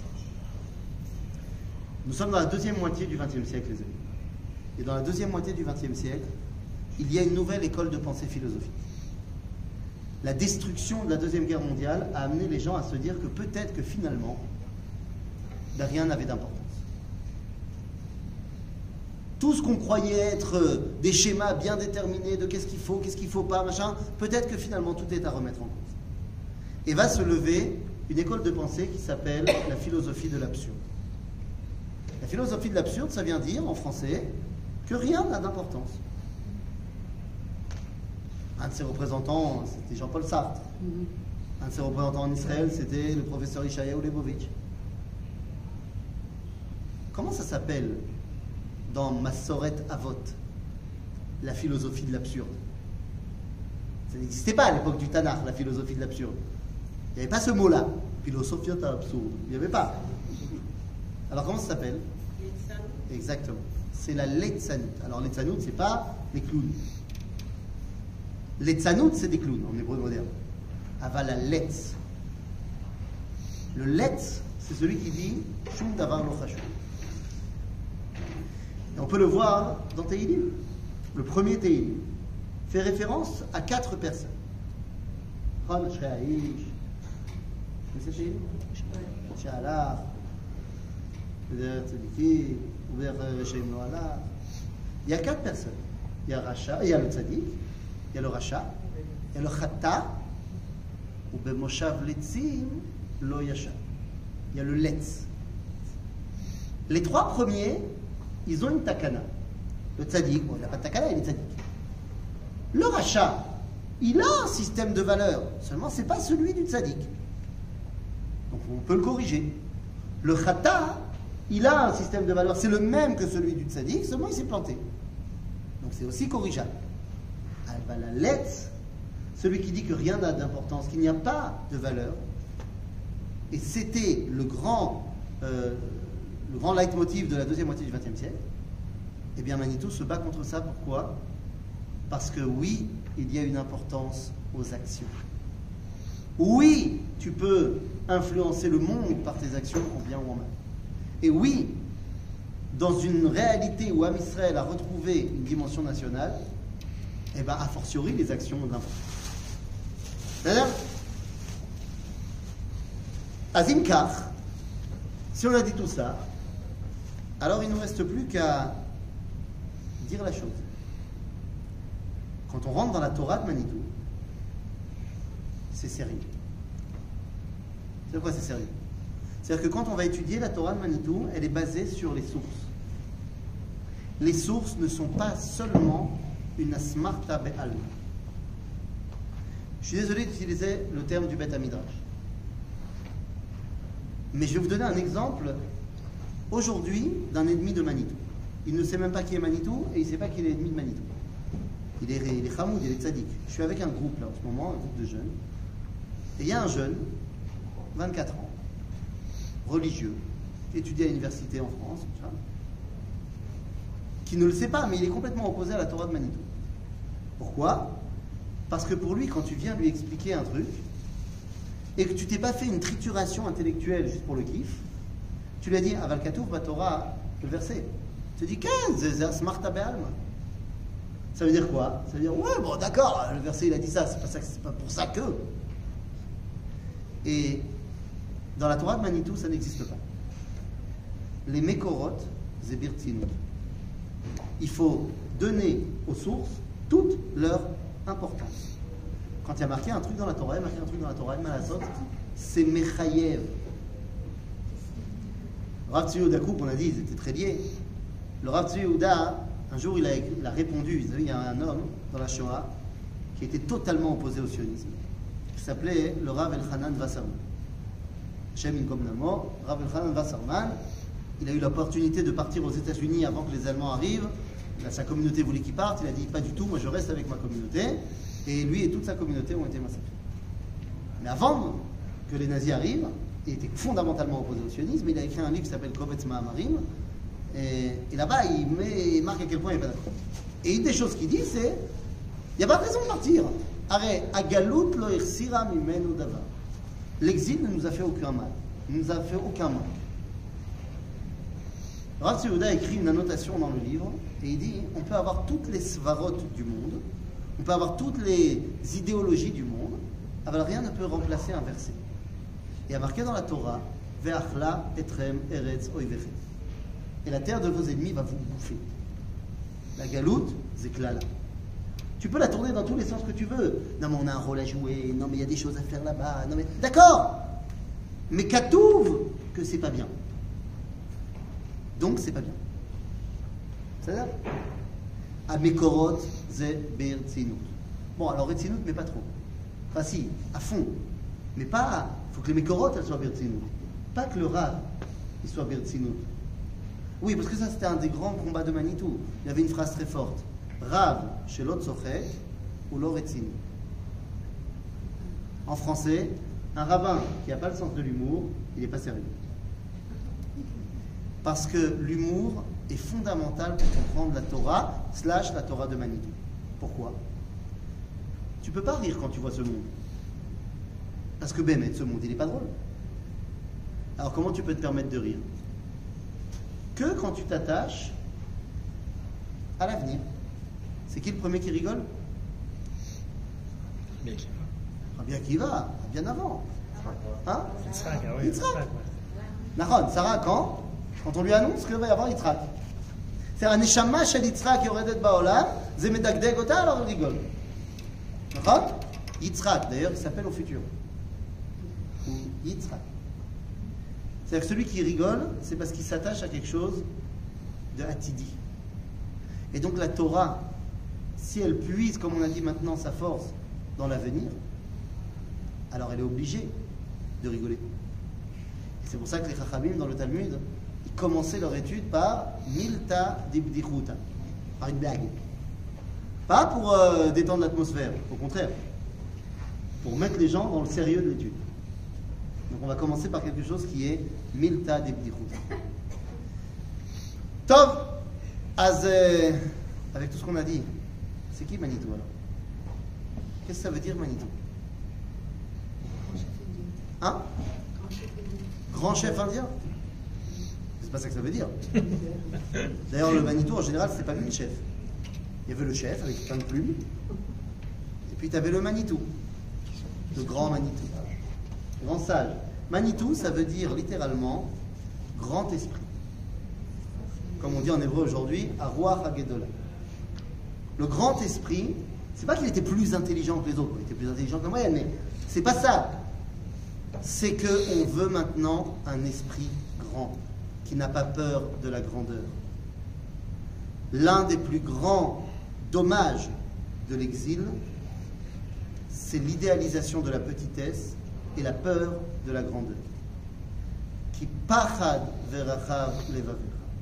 Nous sommes dans la deuxième moitié du XXe siècle, les amis. Et dans la deuxième moitié du XXe siècle, il y a une nouvelle école de pensée philosophique. La destruction de la Deuxième Guerre mondiale a amené les gens à se dire que peut-être que finalement, rien n'avait d'importance. Tout ce qu'on croyait être des schémas bien déterminés de qu'est-ce qu'il faut pas, machin, peut-être que finalement tout est à remettre en cause. Et va se lever une école de pensée qui s'appelle la philosophie de l'absurde. La philosophie de l'absurde, ça vient dire en français que rien n'a d'importance. Un de ses représentants, c'était Jean-Paul Sartre. Un de ses représentants en Israël, c'était le professeur Ishayahu Lebovitch. Comment ça s'appelle dans Massoret Avot, la philosophie de l'absurde? Ça n'existait pas à l'époque du Tanakh, la philosophie de l'absurde. Il n'y avait pas ce mot-là, philosophie de l'absurde. Il n'y avait pas. Alors comment ça s'appelle? Exactement. C'est la Letzanout. Alors Letzanout, c'est pas les clowns. Letzanout, c'est des clowns en hébreu moderne. Aval la Letz. Le Letz, c'est celui qui dit Shum davar lo chashuv. Et on peut le voir dans Tehillim. Le premier Tehillim fait référence à 4 personnes. Chon, Shreaish. C'est Tehillim? She'alach. Il y a 4 personnes. Il y a Racha, il y a le Tzadik, il y a le Racha, il y a le Chata, ou Bemoshav Letzim Lo Yasha. Il y a le Letz. Les 3 premiers, ils ont une takana. Le Tzadik, bon, il n'a pas de takana, il est Tzadik. Le Racha, il a un système de valeurs, seulement ce n'est pas celui du Tzadik. Donc on peut le corriger. Le Chata, il a un système de valeurs, c'est le même que celui du Tzadik, seulement il s'est planté. Donc c'est aussi corrigeable. Alors, la Letz, celui qui dit que rien n'a d'importance, qu'il n'y a pas de valeur, et c'était le grand leitmotiv de la deuxième moitié du XXe siècle, eh bien Manitou se bat contre ça. Pourquoi? Parce que oui, il y a une importance aux actions. Oui, tu peux influencer le monde par tes actions en bien ou en mal. Et oui, dans une réalité où Am Israël a retrouvé une dimension nationale, eh bien, a fortiori, les actions ont de l'importance. C'est-à-dire, Azim Kach, si on a dit tout ça, alors il ne nous reste plus qu'à dire la chose. Quand on rentre dans la Torah de Manitou, c'est sérieux. C'est quoi, c'est sérieux? C'est-à-dire que quand on va étudier la Torah de Manitou, elle est basée sur les sources. Les sources ne sont pas seulement une asmarta be'alma. Je suis désolé d'utiliser le terme du Beth Midrash. Mais je vais vous donner un exemple aujourd'hui d'un ennemi de Manitou. Il ne sait même pas qui est Manitou et il ne sait pas qui est l'ennemi de Manitou. Il est chamoud, il est tzaddik. Je suis avec un groupe là en ce moment, un groupe de jeunes. Et il y a un jeune, 24 ans, religieux, qui étudie à l'université en France, qui ne le sait pas, mais il est complètement opposé à la Torah de Manitou. Pourquoi? Parce que pour lui, quand tu viens lui expliquer un truc, et que tu t'es pas fait une trituration intellectuelle juste pour le kiff, tu lui as dit, Aval Katouf, Torah, le verset. Tu dis, qu'est-ce que c'est Smarta Be'alma? Ça veut dire quoi? Ça veut dire, ouais, bon, d'accord, le verset il a dit ça, c'est pas pour ça que. Et dans la Torah de Manitou, ça n'existe pas. Les Mekorot, Zebir Tzinout. Il faut donner aux sources toute leur importance. Quand il y a marqué un truc dans la Torah, il y a marqué un truc dans la Torah, Malasot, c'est Mechayev. Rav Tzvi Yehuda Kouk, on a dit, ils étaient très liés. Le Rav Tzvi Yehuda, un jour, il a répondu. Vous savez, il y a un homme dans la Shoah qui était totalement opposé au sionisme, qui s'appelait le Rav Elchanan Wasserman. Shem Inkom Namo, Rav Elchanan Wasserman. Il a eu l'opportunité de partir aux États-Unis avant que les Allemands arrivent. Sa communauté voulait qu'il parte. Il a dit pas du tout, moi je reste avec ma communauté. Et lui et toute sa communauté ont été massacrés. Mais avant que les nazis arrivent, il était fondamentalement opposé au sionisme. Il a écrit un livre qui s'appelle Kovetz Ma'amarim. Et là-bas, il marque à quel point il n'est pas d'accord. Et une des choses qu'il dit, c'est il n'y a pas de raison de partir. Arrête, Agalut lo irsira mimenu davar. L'exil ne nous a fait aucun mal. Il ne nous a fait aucun mal. Rav Tzvi a écrit une annotation dans le livre et il dit on peut avoir toutes les svarot du monde, on peut avoir toutes les idéologies du monde, alors rien ne peut remplacer un verset. Il y a marqué dans la Torah Ve'achla etrem eretz oivechem. Et la terre de vos ennemis va vous bouffer. La galoute, c'est klala. Tu peux la tourner dans tous les sens que tu veux. Non, mais on a un rôle à jouer. Non, mais il y a des choses à faire là-bas. Non, mais d'accord. Mais qu'atouve que c'est pas bien. Donc, c'est pas bien. C'est-à-dire à Mekorot, c'est Bertzinut. Bon, alors Bertzinut, mais pas trop. Enfin, si, à fond. Mais pas. Il faut que les Mekorot, elles soient Bertzinut. Pas que le Rav, il soit Bertzinut. Oui, parce que ça, c'était un des grands combats de Manitou. Il y avait une phrase très forte. Rav, chez l'autre Sochek, ou l'Oretzin. En français, un rabbin qui n'a pas le sens de l'humour, il n'est pas sérieux. Parce que l'humour est fondamental pour comprendre la Torah, / la Torah de Manitou. Pourquoi? Tu ne peux pas rire quand tu vois ce monde. Parce que Bémet, ce monde, il n'est pas drôle. Alors comment tu peux te permettre de rire? Que quand tu t'attaches à l'avenir. C'est qui le premier qui rigole? Bien qui va. Bien qui va, bien avant. Hein? Yitzhak, ah oui. Yitzhak. Nachon, Sarah, quand on lui annonce qu'il va y avoir Yitzhak. C'est un neshama shel Yitzhak yoredet baolam, ze medagdeg ota, alors il rigole. Nachon? Yitzhak, d'ailleurs, il s'appelle au futur. Ou Yitzhak. C'est-à-dire que celui qui rigole, c'est parce qu'il s'attache à quelque chose de atidi. Et donc la Torah, si elle puise, comme on a dit maintenant, sa force dans l'avenir, alors elle est obligée de rigoler. Et c'est pour ça que les Chachamim, dans le Talmud, ils commençaient leur étude par Milta Dibdichuta, par une blague. Pas pour détendre l'atmosphère, au contraire, pour mettre les gens dans le sérieux de l'étude. Donc on va commencer par quelque chose qui est Milta Dibdichuta. Tov, avec tout ce qu'on a dit, c'est qui Manitou alors? Qu'est-ce que ça veut dire Manitou? Hein? Grand chef indien? C'est pas ça que ça veut dire. D'ailleurs, le Manitou en général, c'est pas lui le chef. Il y avait le chef avec plein de plumes, et puis tu avais le Manitou, le grand Manitou, le grand sage. Manitou, ça veut dire littéralement grand esprit. Comme on dit en hébreu aujourd'hui, Aruach HaGedolah. Le grand esprit, c'est pas qu'il était plus intelligent que les autres, il était plus intelligent que la moyenne, mais c'est pas ça. C'est qu'on veut maintenant un esprit grand, qui n'a pas peur de la grandeur. L'un des plus grands dommages de l'exil, c'est l'idéalisation de la petitesse et la peur de la grandeur. Qui pachad verachav levavecha.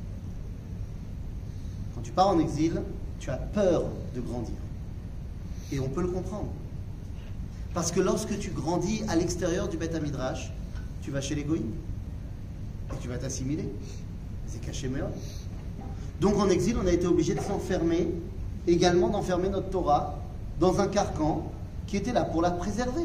Quand tu pars en exil, tu as peur de grandir. Et on peut le comprendre. Parce que lorsque tu grandis à l'extérieur du Beth Midrash, tu vas chez les Goïms. Et tu vas t'assimiler. C'est caché meilleur. Donc en exil, on a été obligé de s'enfermer, également d'enfermer notre Torah dans un carcan qui était là pour la préserver.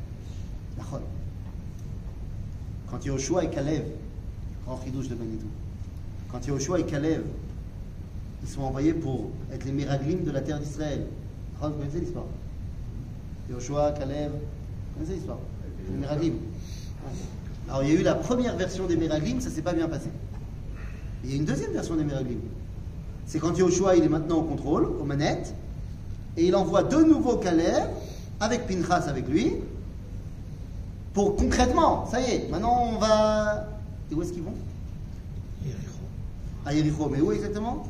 Quand Yehoshua et Kalev, grand chidouche de Manitou, quand Yehoshua et Kalev, ils sont envoyés pour être les miraglim de la terre d'Israël. Vous connaissez l'histoire? Yehoshua, Kalev, vous connaissez l'histoire? Les miraglim. Alors il y a eu la première version des miraglim, ça s'est pas bien passé. Il y a une deuxième version des miraglim. C'est quand Yehoshua il est maintenant au contrôle, aux manettes, et il envoie de nouveau Kalev, avec Pinchas avec lui, pour concrètement, ça y est, maintenant on va... Et où est-ce qu'ils vont? Yericho. À Yericho, mais où exactement?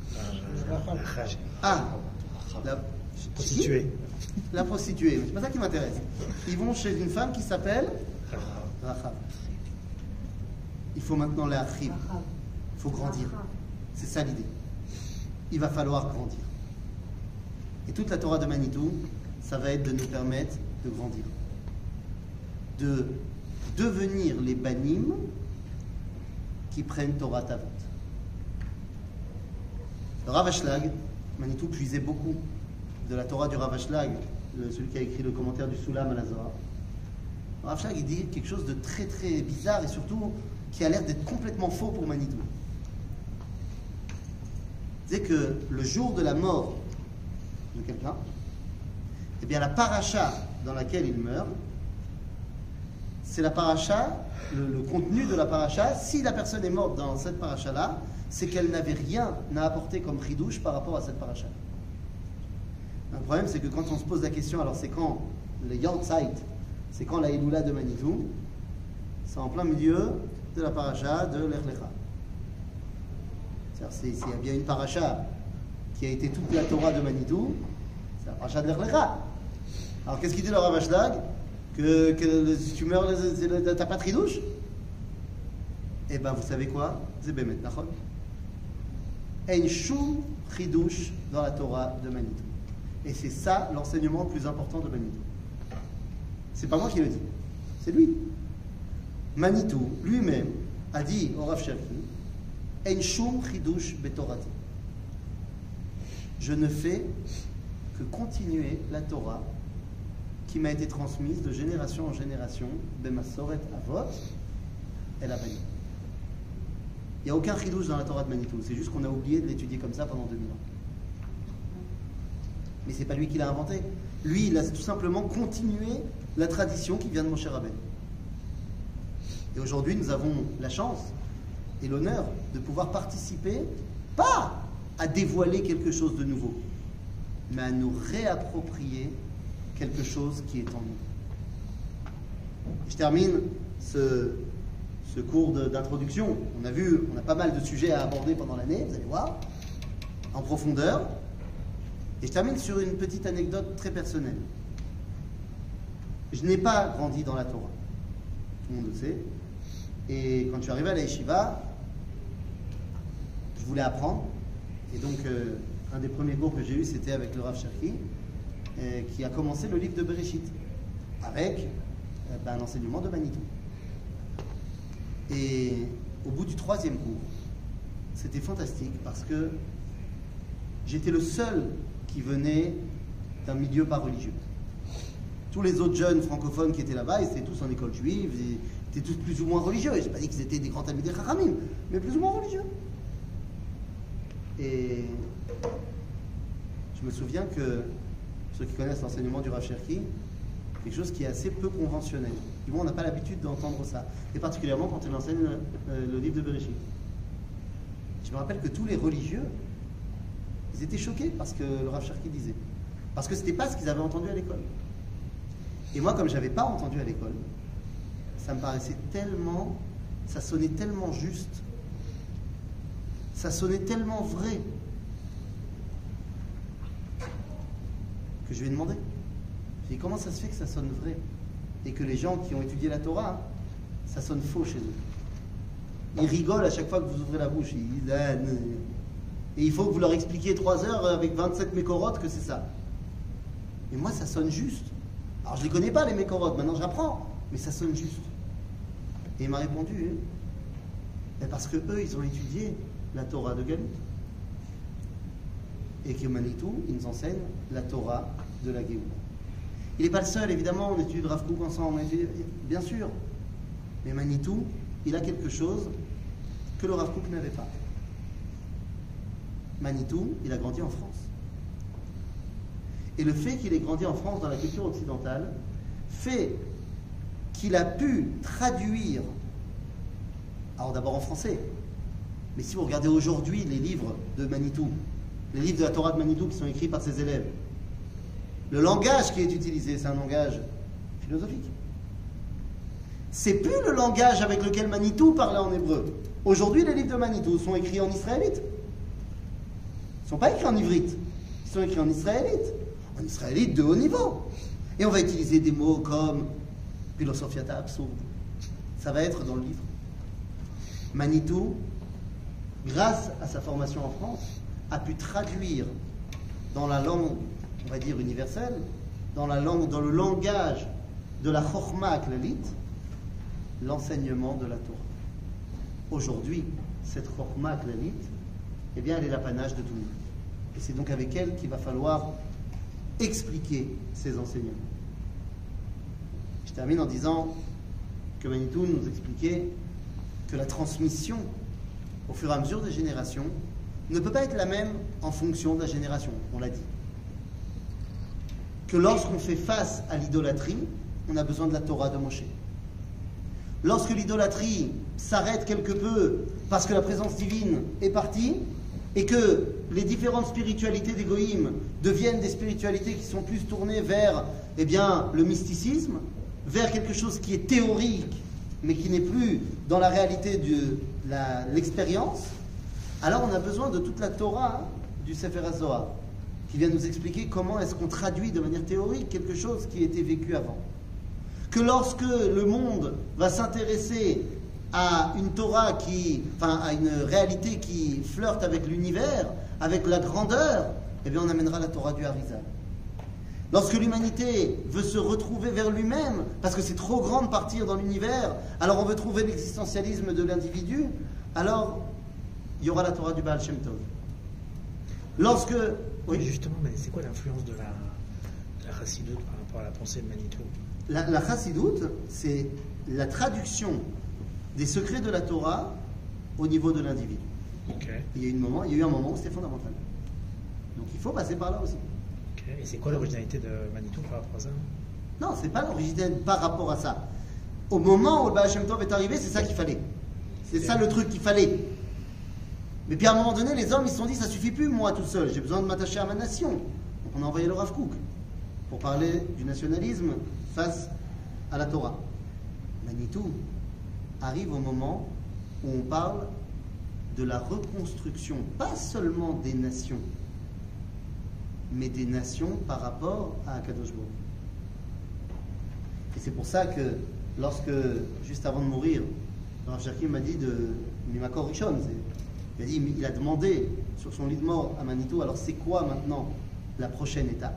Ah, la Prostituée. La prostituée, mais c'est pas ça qui m'intéresse. Ils vont chez une femme qui s'appelle Rachab. Il faut maintenant la Achib. Il faut grandir. C'est ça l'idée. Il va falloir grandir. Et toute la Torah de Manitou, ça va être de nous permettre de grandir, de devenir les banim qui prennent Torah Tavot. Le Rav Ashlag, Manitou puisait beaucoup de la Torah du Rav Ashlag, celui qui a écrit le commentaire du Soulam à la Zohar. Le Rav Ashlag, il dit quelque chose de très très bizarre et surtout qui a l'air d'être complètement faux pour Manitou. Il disait que le jour de la mort de quelqu'un, eh bien la paracha dans laquelle il meurt, c'est la paracha, le contenu de la paracha. Si la personne est morte dans cette paracha-là, c'est qu'elle n'avait rien à apporter comme chidouche par rapport à cette paracha. Le problème, c'est que quand on se pose la question, alors c'est quand le Yortzeit, c'est quand la Eloula de Manitou, c'est en plein milieu de la paracha de l'Ech Lecha. C'est-à-dire, s'il y a bien une paracha qui a été toute la Torah de Manitou, c'est la paracha de l'Ech Lecha. Alors qu'est-ce qu'il dit le Rav Ashlag? Que si tu meurs, t'as pas de chidouche? Eh bien, vous savez quoi? C'est Bémet, Nachon. Ein shum chidouche dans la Torah de Manitou. Et c'est ça l'enseignement le plus important de Manitou. C'est pas moi qui le dis, c'est lui. Manitou lui-même a dit au Rav Cherki, Ein shum chidouche betorati. Je ne fais que continuer la Torah qui m'a été transmise de génération en génération, Bemasoret Avot, elle a pas dit. Il n'y a aucun chidouche dans la Torah de Manitou, c'est juste qu'on a oublié de l'étudier comme ça pendant 2000 ans. Mais c'est pas lui qui l'a inventé. Lui, il a tout simplement continué la tradition qui vient de Moshe Rabbeinu. Et aujourd'hui, nous avons la chance et l'honneur de pouvoir participer, pas à dévoiler quelque chose de nouveau, mais à nous réapproprier quelque chose qui est en nous. Je termine ce cours d'introduction. On a pas mal de sujets à aborder pendant l'année, vous allez voir, en profondeur. Et je termine sur une petite anecdote très personnelle. Je n'ai pas grandi dans la Torah. Tout le monde le sait. Et quand je suis arrivé à la Yeshiva, je voulais apprendre. Et donc, un des premiers cours que j'ai eu, c'était avec le Rav Cherki, qui a commencé le livre de Bereshit, avec l'enseignement de Manitou. Et au bout du 3e cours, c'était fantastique parce que j'étais le seul qui venait d'un milieu pas religieux. Tous les autres jeunes francophones qui étaient là-bas, ils étaient tous en école juive, ils étaient tous plus ou moins religieux. Je n'ai pas dit qu'ils étaient des grands talmidei chachamim, mais plus ou moins religieux. Et je me souviens que ceux qui connaissent l'enseignement du Rav Cherki, quelque chose qui est assez peu conventionnel. Du moins, on n'a pas l'habitude d'entendre ça. Et particulièrement quand il enseigne le livre de Bereshit. Je me rappelle que tous les religieux, ils étaient choqués parce que le Rav Cherki disait. Parce que ce n'était pas ce qu'ils avaient entendu à l'école. Et moi, comme je n'avais pas entendu à l'école, ça me paraissait tellement, ça sonnait tellement juste, ça sonnait tellement vrai, que je lui ai demandé. J'ai dit, comment ça se fait que ça sonne vrai? Et que les gens qui ont étudié la Torah, ça sonne faux chez eux. Ils rigolent à chaque fois que vous ouvrez la bouche. Ils disent, ah, et il faut que vous leur expliquiez 3 heures avec 27 mécorotes que c'est ça. Et moi, ça sonne juste. Alors, je ne les connais pas, les mécorotes. Maintenant, j'apprends. Mais ça sonne juste. Et il m'a répondu, parce que eux, ils ont étudié la Torah de Galut. Et que Manitou, ils nous enseignent la Torah de la Géoula. Il n'est pas le seul, évidemment, on étudie le Rav Kook ensemble, bien sûr. Mais Manitou, il a quelque chose que le Rav Kook n'avait pas. Manitou, il a grandi en France. Et le fait qu'il ait grandi en France dans la culture occidentale fait qu'il a pu traduire, alors d'abord en français, mais si vous regardez aujourd'hui les livres de Manitou, les livres de la Torah de Manitou qui sont écrits par ses élèves, le langage qui est utilisé, c'est un langage philosophique. C'est plus le langage avec lequel Manitou parlait en hébreu. Aujourd'hui, les livres de Manitou sont écrits en israélite. Ils ne sont pas écrits en ivrite. Ils sont écrits en israélite de haut niveau. Et on va utiliser des mots comme philosophiata absurde. Ça va être dans le livre. Manitou, grâce à sa formation en France, a pu traduire dans la langue, on va dire universelle, dans le langage de la Chokhma Klalit, l'enseignement de la Torah. Aujourd'hui, cette Chokhma Klalit, eh bien, elle est l'apanage de tout le monde. Et c'est donc avec elle qu'il va falloir expliquer ces enseignements. Je termine en disant que Manitou nous expliquait que la transmission, au fur et à mesure des générations, ne peut pas être la même en fonction de la génération, on l'a dit. Que lorsqu'on fait face à l'idolâtrie, on a besoin de la Torah de Moshe. Lorsque l'idolâtrie s'arrête quelque peu parce que la présence divine est partie et que les différentes spiritualités des Goïm deviennent des spiritualités qui sont plus tournées vers le mysticisme, vers quelque chose qui est théorique mais qui n'est plus dans la réalité de l'expérience, alors on a besoin de toute la Torah du Sefer HaZohar qui vient nous expliquer comment est-ce qu'on traduit de manière théorique quelque chose qui a été vécu avant. Que lorsque le monde va s'intéresser à une Torah à une réalité qui flirte avec l'univers, avec la grandeur, eh bien on amènera la Torah du Harizal. Lorsque l'humanité veut se retrouver vers lui-même, parce que c'est trop grand de partir dans l'univers, alors on veut trouver l'existentialisme de l'individu, alors il y aura la Torah du Baal Shem Tov. Lorsque... Oui, justement, mais c'est quoi l'influence de la Chassidoute par rapport à la pensée de Manitou? La Chassidoute, c'est la traduction des secrets de la Torah au niveau de l'individu. Okay. Il y a eu un moment où c'était fondamental. Donc il faut passer par là aussi. Okay. Et c'est quoi l'originalité de Manitou par rapport à ça? Non, c'est pas l'originalité par rapport à ça. Au moment où le Baal Shem Tov est arrivé, c'est ça qu'il fallait. C'est ça le truc qu'il fallait. Mais puis à un moment donné, les hommes ils se sont dit, ça suffit plus moi tout seul, j'ai besoin de m'attacher à ma nation. Donc on a envoyé le Rav Kook pour parler du nationalisme face à la Torah. Manitou arrive au moment où on parle de la reconstruction, pas seulement des nations, mais des nations par rapport à Akadosh Baruch Hu. Et c'est pour ça que lorsque, juste avant de mourir, Rav Cherki m'a dit de Mimakor Rishon, il a demandé sur son lit de mort à Manitou, alors c'est quoi maintenant la prochaine étape?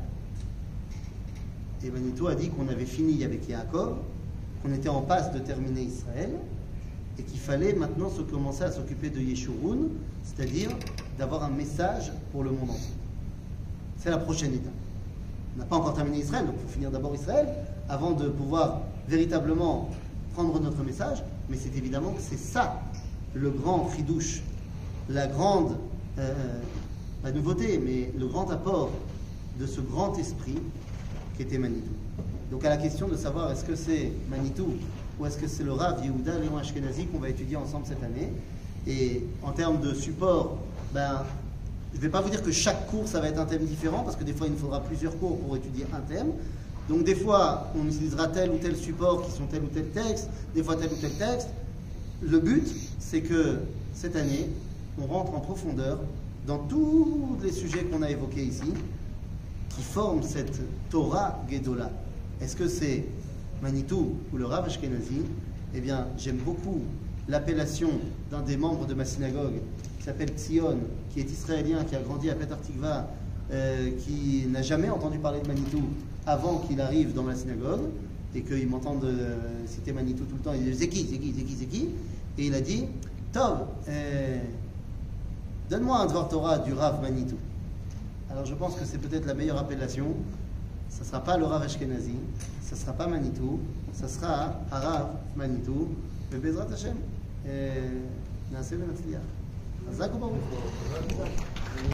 Et Manitou a dit qu'on avait fini avec Yaakov, qu'on était en passe de terminer Israël, et qu'il fallait maintenant commencer à s'occuper de Yeshurun, c'est-à-dire d'avoir un message pour le monde entier. C'est la prochaine étape. On n'a pas encore terminé Israël, donc il faut finir d'abord Israël, avant de pouvoir véritablement prendre notre message, mais c'est évidemment que c'est ça, le grand chidouche, la grande, la nouveauté, mais le grand apport de ce grand esprit qui était Manitou. Donc à la question de savoir est-ce que c'est Manitou ou est-ce que c'est le Rav Yehuda Léon Ashkenazi qu'on va étudier ensemble cette année, et en termes de support, je ne vais pas vous dire que chaque cours ça va être un thème différent, parce que des fois il nous faudra plusieurs cours pour étudier un thème. Donc des fois on utilisera tel ou tel support qui sont tel ou tel texte, des fois tel ou tel texte. Le but c'est que cette année on rentre en profondeur dans tous les sujets qu'on a évoqués ici, qui forment cette Torah Gedola. Est-ce que c'est Manitou ou le Rav Ashkenazi? Eh bien, j'aime beaucoup l'appellation d'un des membres de ma synagogue, qui s'appelle Tzion, qui est israélien, qui a grandi à Petah Tikva, qui n'a jamais entendu parler de Manitou avant qu'il arrive dans ma synagogue, et qu'il m'entend citer Manitou tout le temps. Il dit c'est qui? Et il a dit Tov, donne-moi un Dvar Torah du Rav Manitou. Alors je pense que c'est peut-être la meilleure appellation. Ça ne sera pas le Rav Ashkenazi, ça ne sera pas Manitou, ça sera Harav Manitou, Bezrat Hashem, Naaseh V'Natzliach. Hazak u'Baruch.